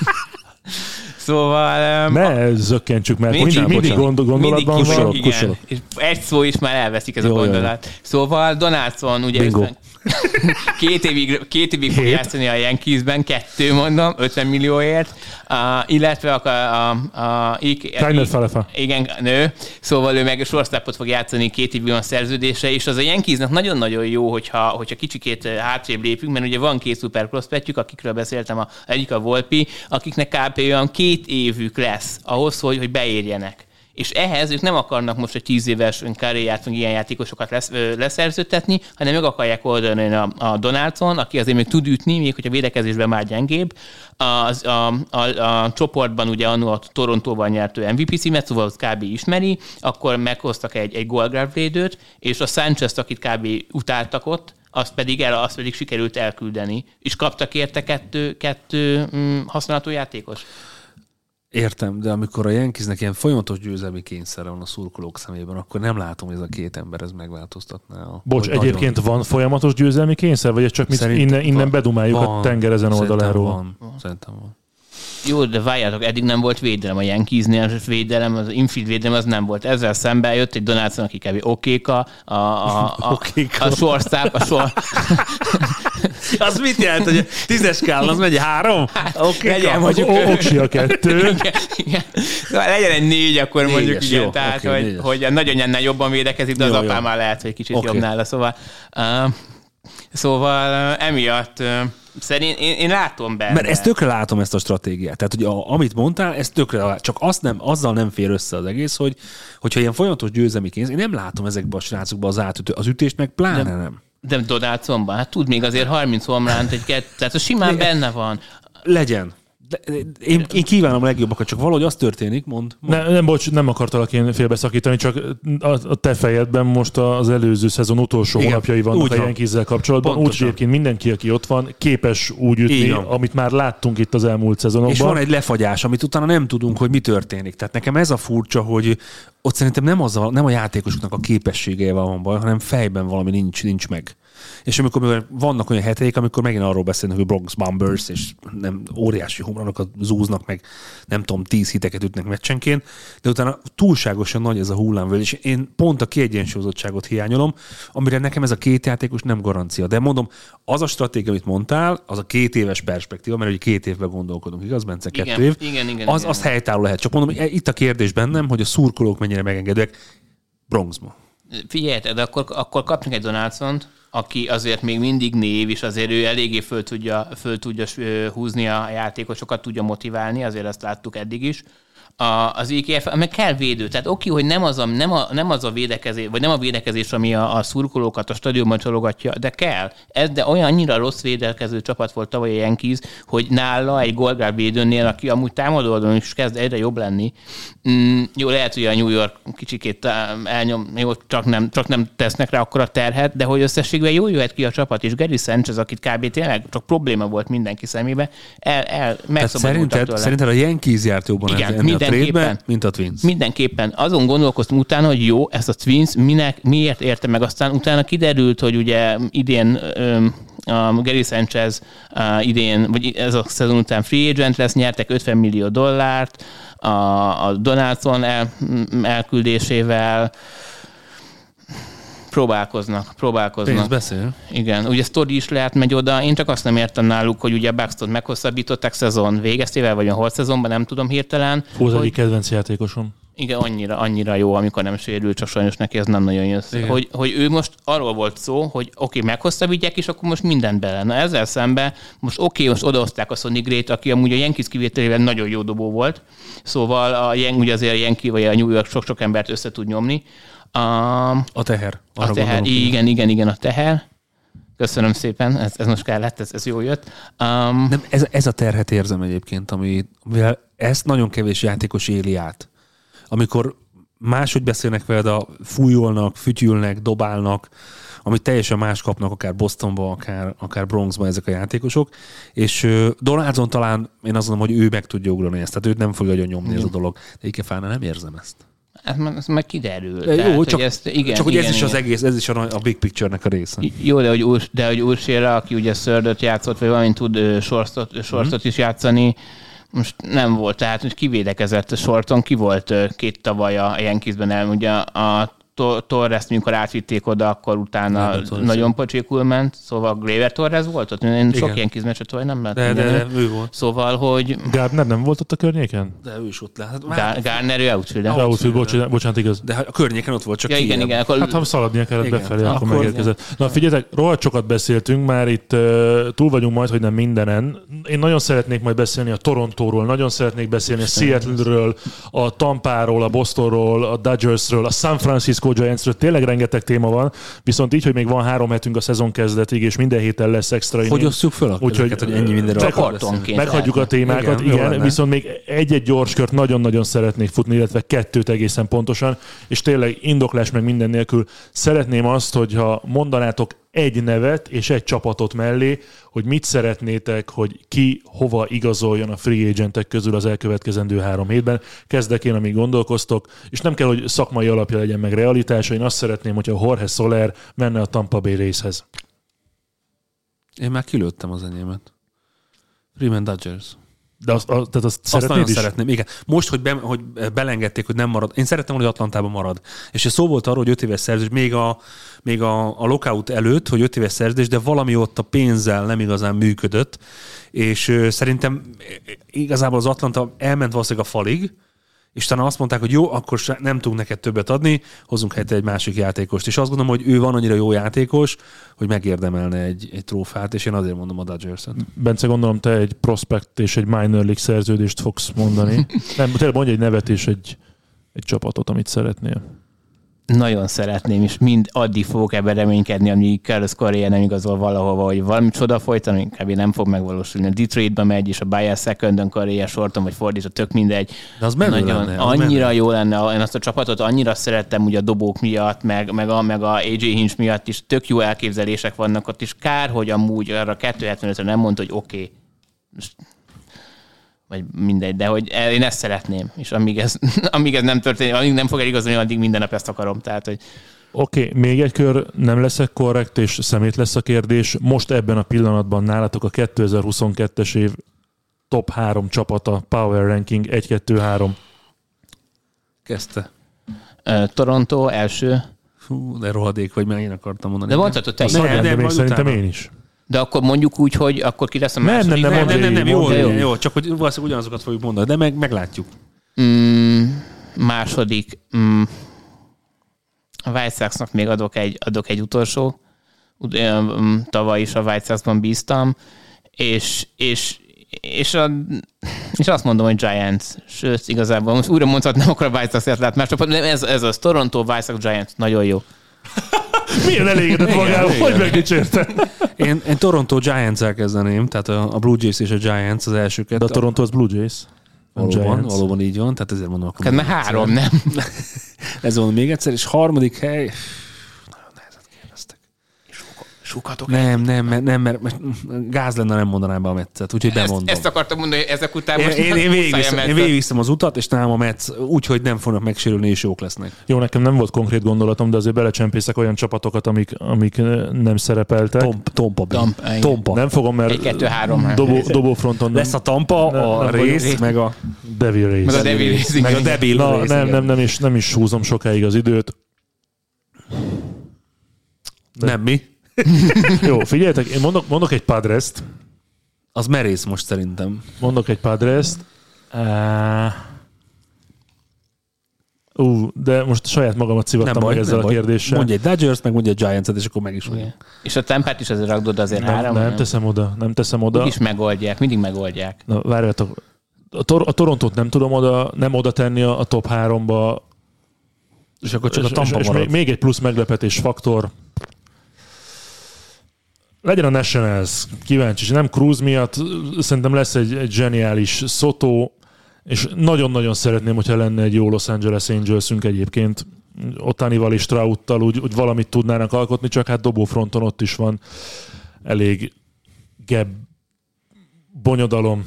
Szóval... Um, ne zökkentsük, mert mindig, mindig, mindig gondol, gondolatban mindig van. Igen, kusolok. És egy szó is már elveszik ez jó, a gondolat. Jó. Szóval Donaldson ugye összen, két évig, két évig fog játszani a Yankeesben, kettő mondom, ötven millióért, uh, illetve a... a, a, a Kiner Falefa. Igen, nő. Szóval ő meg shortstopot fog játszani két évig van szerződése, és az a Yankeesnek nagyon-nagyon jó, hogyha, hogyha kicsikét hátrébb lépünk, mert ugye van két szuper prospectjük, akikről beszéltem, a, egyik a Volpi, akiknek kb. Olyan két évük lesz ahhoz, hogy, hogy beérjenek. És ehhez ők nem akarnak most egy tíz éves karrierját, meg ilyen játékosokat lesz, ö, leszerződtetni, hanem meg akarják oldani a, a Donaldson, aki azért még tud ütni, még hogyha védekezésben már gyengébb. Az, a, a, a, a csoportban ugye annól a Torontóban nyert ő M V P címet, szóval az kb. Ismeri, akkor meghoztak egy, egy Gold Glove védőt, és a Sanchez-t, akit kb. Utáltak ott, azt pedig, el, azt pedig sikerült elküldeni. És kaptak érte kettő, kettő mm, használható játékos. Értem, de amikor a Yankeesnek ilyen folyamatos győzelmi kényszerre van a szurkolók szemében, akkor nem látom, hogy ez a két ember ez megváltoztatná. A, Bocs, egyébként nagyon... van folyamatos győzelmi kényszer, vagy ez csak mit innen, innen bedumáljuk van, a tenger ezen oldaláról? Van, van. Szerintem van. Jó, de várjátok, eddig nem volt védelem a Yankeesnél, védelem, az infield védelem az nem volt. Ezzel szemben jött egy Donaldson, aki kb. Okéka, a, a, a, a shortstop, a short... Az mit jelent, hogy a tízes skálán az megy három? Hát, okay, legyen mondjuk... Oksi a kettő. Igen, igen. Legyen egy négy, akkor négyes, mondjuk igen. Jó, tehát, okay, hogy, hogy a nagyanyánnál jobban védekezik, de jó, az apám már lehet, hogy kicsit okay. jobb nála. Szóval, uh, szóval uh, emiatt... Uh, Szerint én, én látom benne. Mert ezt tökre látom, ezt a stratégiát. Tehát, hogy a, amit mondtál, ezt tökre, csak azt nem, azzal nem fér össze az egész, hogy hogyha ilyen folyamatos győzelmi kényszer, én nem látom ezekben a srácokban az átütő, az ütést meg pláne nem. nem. De Donaldsonban, hát tud még azért harminc homránt, egy kett, tehát az simán benne van. Legyen. De én, én kívánom a legjobbakat, csak valahogy az történik, mond. mond. Ne, nem, bocs, nem akartalak én félbeszakítani, csak a, a te fejedben most az előző szezon utolsó igen, hónapjai vannak a Yankees-zel kapcsolatban. Úgy egyébként mindenki, aki ott van, képes úgy ütni, amit már láttunk itt az elmúlt szezonokban. És van egy lefagyás, amit utána nem tudunk, hogy mi történik. Tehát nekem ez a furcsa, hogy ott szerintem nem, az a, nem a játékosoknak a képességeivel van baj, hanem fejben valami nincs, nincs meg. És amikor vannak olyan heteik, amikor megint arról beszélnek, hogy Bronx Bombers, és nem óriási homlanokat zúznak meg, nem tudom, tíz hiteket ütnek meccsenként, de utána túlságosan nagy ez a hullámvölgy, és én pont a kiegyensúlyozottságot hiányolom, amire nekem ez a két játékos nem garancia. De mondom, az a stratégia, amit mondtál, az a két éves perspektíva, mert ugye két évben gondolkodunk, igaz, Bence? Kettő igen, év. Igen, igen, az, igen. az helytálló lehet. Csak mondom, itt a kérdés bennem, hogy a szurkolók mennyire megengedőek Bronxba. Figyelj, de akkor, akkor kapnak egy Donaldsont, aki azért még mindig név, és azért ő eléggé föl tudja, föl tudja húzni a játékosokat, tudja motiválni, azért azt láttuk eddig is. A, az I K F, meg kell védő. Tehát oké, hogy nem az a, nem a, nem az a védekezés, vagy nem a védekezés, ami a, a szurkolókat a stadionban csalogatja, de kell. Ez, de olyan annyira rossz védekező csapat volt tavaly a Yankees, hogy nála egy Gold Glove védőnél, aki amúgy támadó oldalon is kezd egyre jobb lenni. Mm, jó, lehet, hogy a New York kicsikét elnyom, jó, csak nem, csak nem tesznek rá akkora terhet, de hogy összességben jól jöhet ki a csapat, és Gary Sanchez, akit kb. Tényleg csak probléma volt mindenki szemébe, el, el megszabadultak tőle. Szerinted a Yankees járt jobban igen, a trade-ben, mint a Twins? Mindenképpen. Azon gondolkoztam utána, hogy jó, ezt a Twins minek, miért érte meg, aztán utána kiderült, hogy ugye idén öm, a Gary Sanchez uh, idén, vagy ez a szezon után free agent lesz, nyertek ötven millió dollárt a, a Donaldson el, elküldésével. Próbálkoznak, próbálkoznak. Pénz beszél. Igen, ugye sztori is lehet megy oda. Én csak azt nem értem náluk, hogy ugye Buxton meghosszabbították szezon végeztével, vagy a holt szezonban, nem tudom hirtelen. Hú, az hogy... egyik kedvenc játékosom. Igen, annyira, annyira jó, amikor nem sérül, csak sajnos neki ez nem nagyon jön. Hogy, hogy ő most arról volt szó, hogy oké, okay, meghosszabbítják, és akkor most mindent bele. Na ezzel szemben most oké, okay, most odaoszták a Sonny Gray-t, aki amúgy a Yankees kivételével nagyon jó dobó volt. Szóval a, ugye azért a Yankee vagy a New York sok-sok embert össze tud nyomni. A, a teher. A teher, igen, igen, igen, a teher. Köszönöm szépen, ez, ez most kellett, ez, ez jó jött. Um, nem, ez, ez a terhet érzem egyébként, ami, mivel ezt nagyon kevés játékos éli át. Amikor máshogy beszélnek veled, a fújolnak, fütyülnek, dobálnak, amit teljesen más kapnak, akár Bostonban, akár, akár Bronxban ezek a játékosok, és uh, Donaldson talán én azt mondom, hogy ő meg tudja ugrani ezt, tehát őt nem fogja nagyon nyomni ez a dolog, de Ikefánál nem érzem ezt. Ez, ez meg kiderül. De tehát, jó, csak, hogy ezt, igen, csak hogy igen, ez igen. is az egész, ez is a, a big picture-nek a része. Jó, de hogy, Urs, de hogy Ursére, aki ugye szördöt játszott, vagy valamint tud uh, sorstot, sorstot mm. is játszani, most nem volt, tehát hogy kivédekezett Shorton, ki volt uh, két tavaly a Yankeesben el, ugye a Torres-t, amikor átvitték oda, akkor utána nagyon pocsékul ment, szóval Gleyber Torres volt ott? Én igen. Sok ilyen kizmecset vagy nem lehet. De, de, de, ő volt. Szóval, hogy... Gardner nem volt ott a környéken? De ő is ott lehet. Gár- Gardner, ő outfield. Outfield, bocsánat, bocsánat, igaz. De a környéken ott volt, csak ja, igen, igen, akkor... Hát ha szaladnia kellett igen. befelé, akkor, akkor megérkezett. Igen. Na figyeljetek, rohadt sokat beszéltünk, már itt uh, túl vagyunk majd, hogy nem mindenen. Én nagyon szeretnék majd beszélni a Torontóról, nagyon szeretnék beszélni a Seattle-ről, a Tampáról, a Bostonról, a Dodgersről, a San Francisco Giantsről, tényleg rengeteg téma van, viszont így, hogy még van három hetünk a szezon kezdetig, és minden héten lesz extra inning. Hogy osszuk fel a ezeket, hogy ennyi mindenről csoportonként. Meghagyjuk a témákat, igen, igen viszont még egy-egy gyors kört nagyon-nagyon szeretnék futni, illetve kettőt egészen pontosan, és tényleg indoklás meg minden nélkül szeretném azt, hogyha mondanátok egy nevet és egy csapatot mellé, hogy mit szeretnétek, hogy ki hova igazoljon a free agentek közül az elkövetkezendő három hétben. Kezdek én, amíg gondolkoztok, és nem kell, hogy szakmai alapja legyen meg realitása. Én azt szeretném, hogyha Jorge Soler menne a Tampa Bay Rayshez. Én már kilőttem az enyémet. Freeman Dodgers. De azt, azt, tehát azt, azt nagyon is? szeretném, igen. Most, hogy, be, hogy belengedték, hogy nem marad. Én szerettem volna, hogy Atlantában marad. És szó volt arról, hogy öt éves szerződés, még a, még a, a lockout előtt, hogy öt éves szerződés, de valami ott a pénzzel nem igazán működött. És ö, szerintem igazából az Atlanta elment valószínűleg a falig, és talán azt mondták, hogy jó, akkor nem tudunk neked többet adni, hozzunk helyette egy másik játékost. És azt gondolom, hogy ő van annyira jó játékos, hogy megérdemelne egy, egy trófát, és én azért mondom a Dodgers-et. Bence, gondolom te egy prospect és egy minor league szerződést fogsz mondani. Nem, tényleg mondj egy nevet és egy, egy csapatot, amit szeretnél. Nagyon szeretném, és mind addig fogok ebben reménykedni, amíg Carlos Correa nem igazol valahova, hogy valami csoda folyton, ami kb. Nem fog megvalósulni. A Detroitba megy, és a Bayer Secondon, Correa Shorton, vagy fordítva, tök mindegy. De az menő nagyon, lenne, az annyira menő. jó lenne. Én azt a csapatot annyira szerettem ugye a dobók miatt, meg, meg, a, meg a á jé Hinch miatt is. Tök jó elképzelések vannak ott, és kár, hogy amúgy arra kétszázhetvenötre nem mondta, hogy oké. Okay. Vagy mindegy, de hogy én ezt szeretném, és amíg ez, amíg ez nem történik, amíg nem fog eligazolni, addig minden nap ezt akarom. Tehát, hogy... Oké, okay, még egy kör, nem leszek korrekt, és szemét lesz a kérdés. Most ebben a pillanatban nálatok a kétezer-huszonkettes év top három csapata, Power Ranking egy kettő három. Kezdte. Uh, Toronto első. Fú, de rohadék vagy, mert én akartam mondani. De mondhatod te is. Nem, nem, nem, nem szerintem én is. De akkor mondjuk úgy, hogy akkor ki lesz a második? Nem, nem, nem, nem, nem, nem jó, jó. jó, csak hogy valószínűleg ugyanazokat fogjuk mondani, de meg, meglátjuk. Mm, második. Mm, a White Sox-nak még adok egy, adok egy utolsó. Tavaly is a White Sox-ban bíztam, és, és, és, a, és azt mondom, hogy Giants. Sőt, igazából most újra mondhatnám, akkor a White Sox-et lát más csapat, de ez, ez az Toronto, White Sox, Giants. Nagyon jó. Milyen elégedett magával, hogy megdicsérte? Én, én Toronto Giants-el kezdeném, tehát a, a Blue Jays és a Giants az elsőket. De a Toronto az Blue Jays. Valóban, valóban így van, tehát ezért mondom. Hát mert három, nem? Ez van még egyszer, és harmadik hely... Nagyon nehezet kérdeztek. Sukatok nem, nem, nem, nem, mert, mert gáz lenne, nem mondanám be a Metszet, úgyhogy bemondom. Ezt, ezt akartam mondani, hogy ezek után én, most... Én, én, végigviszem, én végigviszem az utat, és nálam a Metsz úgyhogy nem fognak megsérülni, és jók lesznek. Jó, nekem nem volt konkrét gondolatom, de azért belecsempészek olyan csapatokat, amik, amik nem szerepeltek. Tomp, tompa, Tampa. tompa. Nem fogom, mert egy, kettő, három, dobó, dobófronton... Lesz a Tampa, nem, a nem rész, vagyok. meg a... Devil Race. Meg a Devil Race. Meg a Devil Na, Race. nem, nem, nem, is, nem is húzom sokáig az időt. Nem mi. Jó, figyeljetek, én mondok, mondok egy Padrest. Az merész most szerintem. Mondok egy Padrest. Uh, ú, de most saját magamat szivattam meg ezzel a kérdéssel. Mondj egy Dodgers, meg mondj egy Giants-et, és akkor meg is vagyunk. És a Tampát is azért rakdod azért nem, három. Nem, nem teszem oda, nem teszem oda. Úgyis megoldják, mindig megoldják. Na, várjátok. A, Tor- a Torontót nem tudom oda, nem oda tenni a, a top háromba. És akkor csak és, a Tampa és, és marad. még, még egy plusz meglepetés faktor. Legyen a Nationals kíváncsi, és nem Cruz miatt, szerintem lesz egy, egy zseniális Soto, és nagyon-nagyon szeretném, hogyha lenne egy jó Los Angeles Angelsünk egyébként. Otanival és Trouttal úgy, úgy valamit tudnának alkotni, csak hát dobófronton ott is van elég gebb bonyodalom,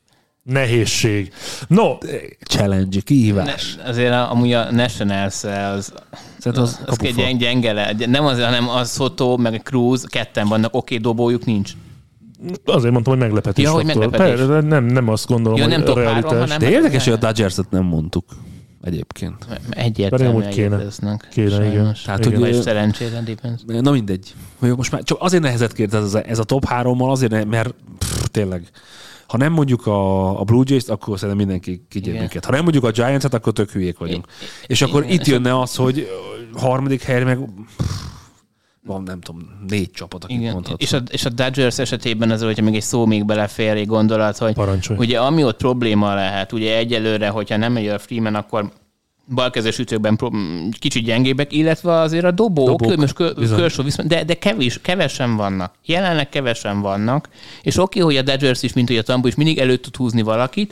nehézség. No! Challenge, kihívás. Ne, azért a, amúgy a Nationals az, Szerintem az, az, az egy gyeng, gyenge le. Nem az, hanem a Soto, meg a Cruz, ketten vannak, oké, okay, dobójuk nincs. Azért mondtam, hogy meglepetés. Ja, hogy meglepetés. Per, nem, nem azt gondolom, ja, hogy nem a top realitás. három, hanem De érdekes, hogy a Dodgers-et nem mondtuk egyébként. Egyértelműen hogy kéne. egyeteznek. Kéne, igen. Sajnos. Tehát, Igen. hogy Vagy szerencsére depends. Na mindegy. Most már csak azért nehezet kérdez ez a, ez a top hárommal, azért, ne, mert pff, tényleg, ha nem mondjuk a, a Blue Jays-t, akkor szerintem mindenki kigyér Igen. minket. Ha nem mondjuk a Giants-et, akkor tök hülyék vagyunk. I- és akkor igen, itt és jönne az, hogy harmadik helyre meg pff, van, nem tudom, négy csapat, akit Igen. mondhatsz. És a, és a Dodgers esetében az, hogyha még egy szó még belefér, egy gondolat, hogy Parancsolj. ugye ami ott probléma lehet, ugye egyelőre, hogyha nem megy a Freeman, akkor balkezes ütőkben prób- kicsit gyengébbek, illetve azért a dobók, Dobók, most kö- bizony. Kershaw viszont, de, de kevés, kevesen vannak. Jelenleg kevesen vannak, és oké, hogy a Dodgers is, mint hogy a Tampa is mindig elő tud húzni valakit,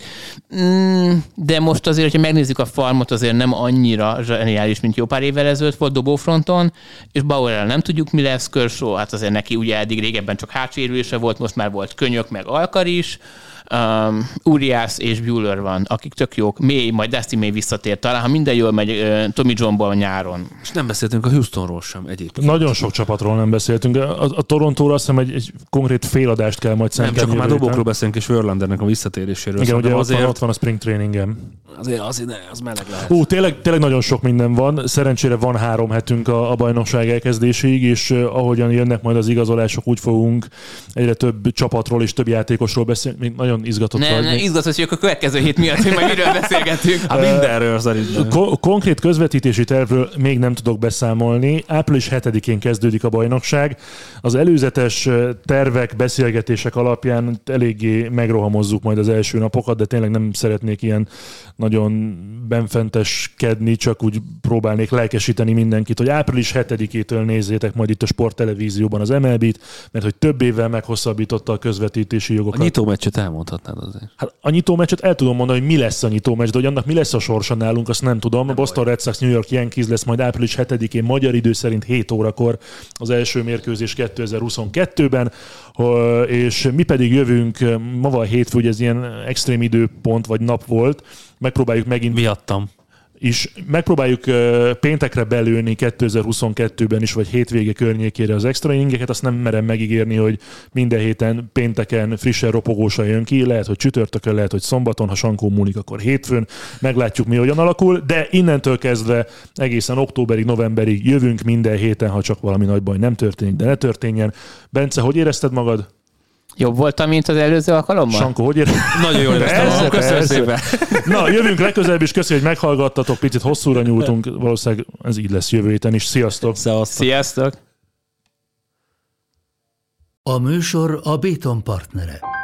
mm, de most azért, hogyha megnézzük a farmot, azért nem annyira zseniális, mint jó pár évvel ezelőtt volt dobófronton, és Bauerrel nem tudjuk, mi lesz. Kershaw, hát azért neki ugye eddig régebben csak hátsérülése volt, most már volt könyök, meg Alkar is. Um, Urias és Buehler van, akik tök jók. May, majd Dusty May visszatér. Talán, ha minden jól megy uh, Tommy Johnból nyáron. És nem beszéltünk a Houstonról sem egyébként. Nagyon sok csapatról nem beszéltünk. A, a Torontóra azt hiszem egy, egy konkrét féladást kell majd Nem, szentelni. csak már jövő dobókról héten. beszélünk, és Verlandernek a visszatéréséről. Igen, ugye Szerintem ott van, azért, ott van a spring trainingem. azért, azért ne, az meleg lehet. Ú, tényleg, tényleg nagyon sok minden van. Szerencsére van három hetünk a, a bajnokság elkezdéséig, és uh, ahogyan jönnek majd az igazolások, úgy fogunk egyre több csapatról és több játékosról beszélni. Még nagyon izgatott Ne, vagy. ne, izgatos vagyok a következő hét miatt, hogy majd miről beszélgetünk. Hát mindenről szerintem. Ko- konkrét közvetítési tervről még nem tudok beszámolni. április hetedikén kezdődik a bajnokság. Az előzetes tervek, beszélgetések alapján eléggé megrohamozzuk majd az első napokat, de tényleg nem szeretnék ilyen nagyon benfenteskedni, csak úgy próbálnék lelkesíteni mindenkit, hogy április hetedikétől nézzétek majd itt a sporttelevízióban az em el bé-t, mert hogy több évvel meghosszabbította a közvetítési jogokat. A nyitó meccset elmondhatnád azért. Hát a nyitó meccset el tudom mondani, hogy mi lesz a nyitó meccs, de hogy annak mi lesz a sorsa nálunk, azt nem tudom. A Boston Red Sox New York Yankees lesz majd április hetedikén magyar idő szerint hét órakor az első mérkőzés kétezer-huszonkettőben, és mi pedig jövünk, ma van hétfő, hogy ez ilyen extrém időpont vagy nap volt, megpróbáljuk megint Miattam. és megpróbáljuk uh, péntekre belőni kétezer-huszonkettőben is, vagy hétvége környékére az extra inningeket, azt nem merem megígérni, hogy minden héten pénteken frissen ropogósan jön ki, lehet, hogy csütörtökön, lehet, hogy szombaton, ha Sankó múlik, akkor hétfőn, meglátjuk mi, hogyan alakul, de innentől kezdve egészen októberig, novemberig jövünk minden héten, ha csak valami nagy baj nem történik, de ne történjen. Bence, hogy érezted magad? Jobb voltam, mint az előző alkalommal? Sankó, hogy érezted? Nagyon jól éreztem. Köszönöm szépen. Na, jövünk legközelebb is, köszönjük, hogy meghallgattatok, picit hosszúra nyúltunk, valószínűleg ez így lesz jövő héten is. Sziasztok! Szevasztok. Sziasztok! A műsor a Béton partnere.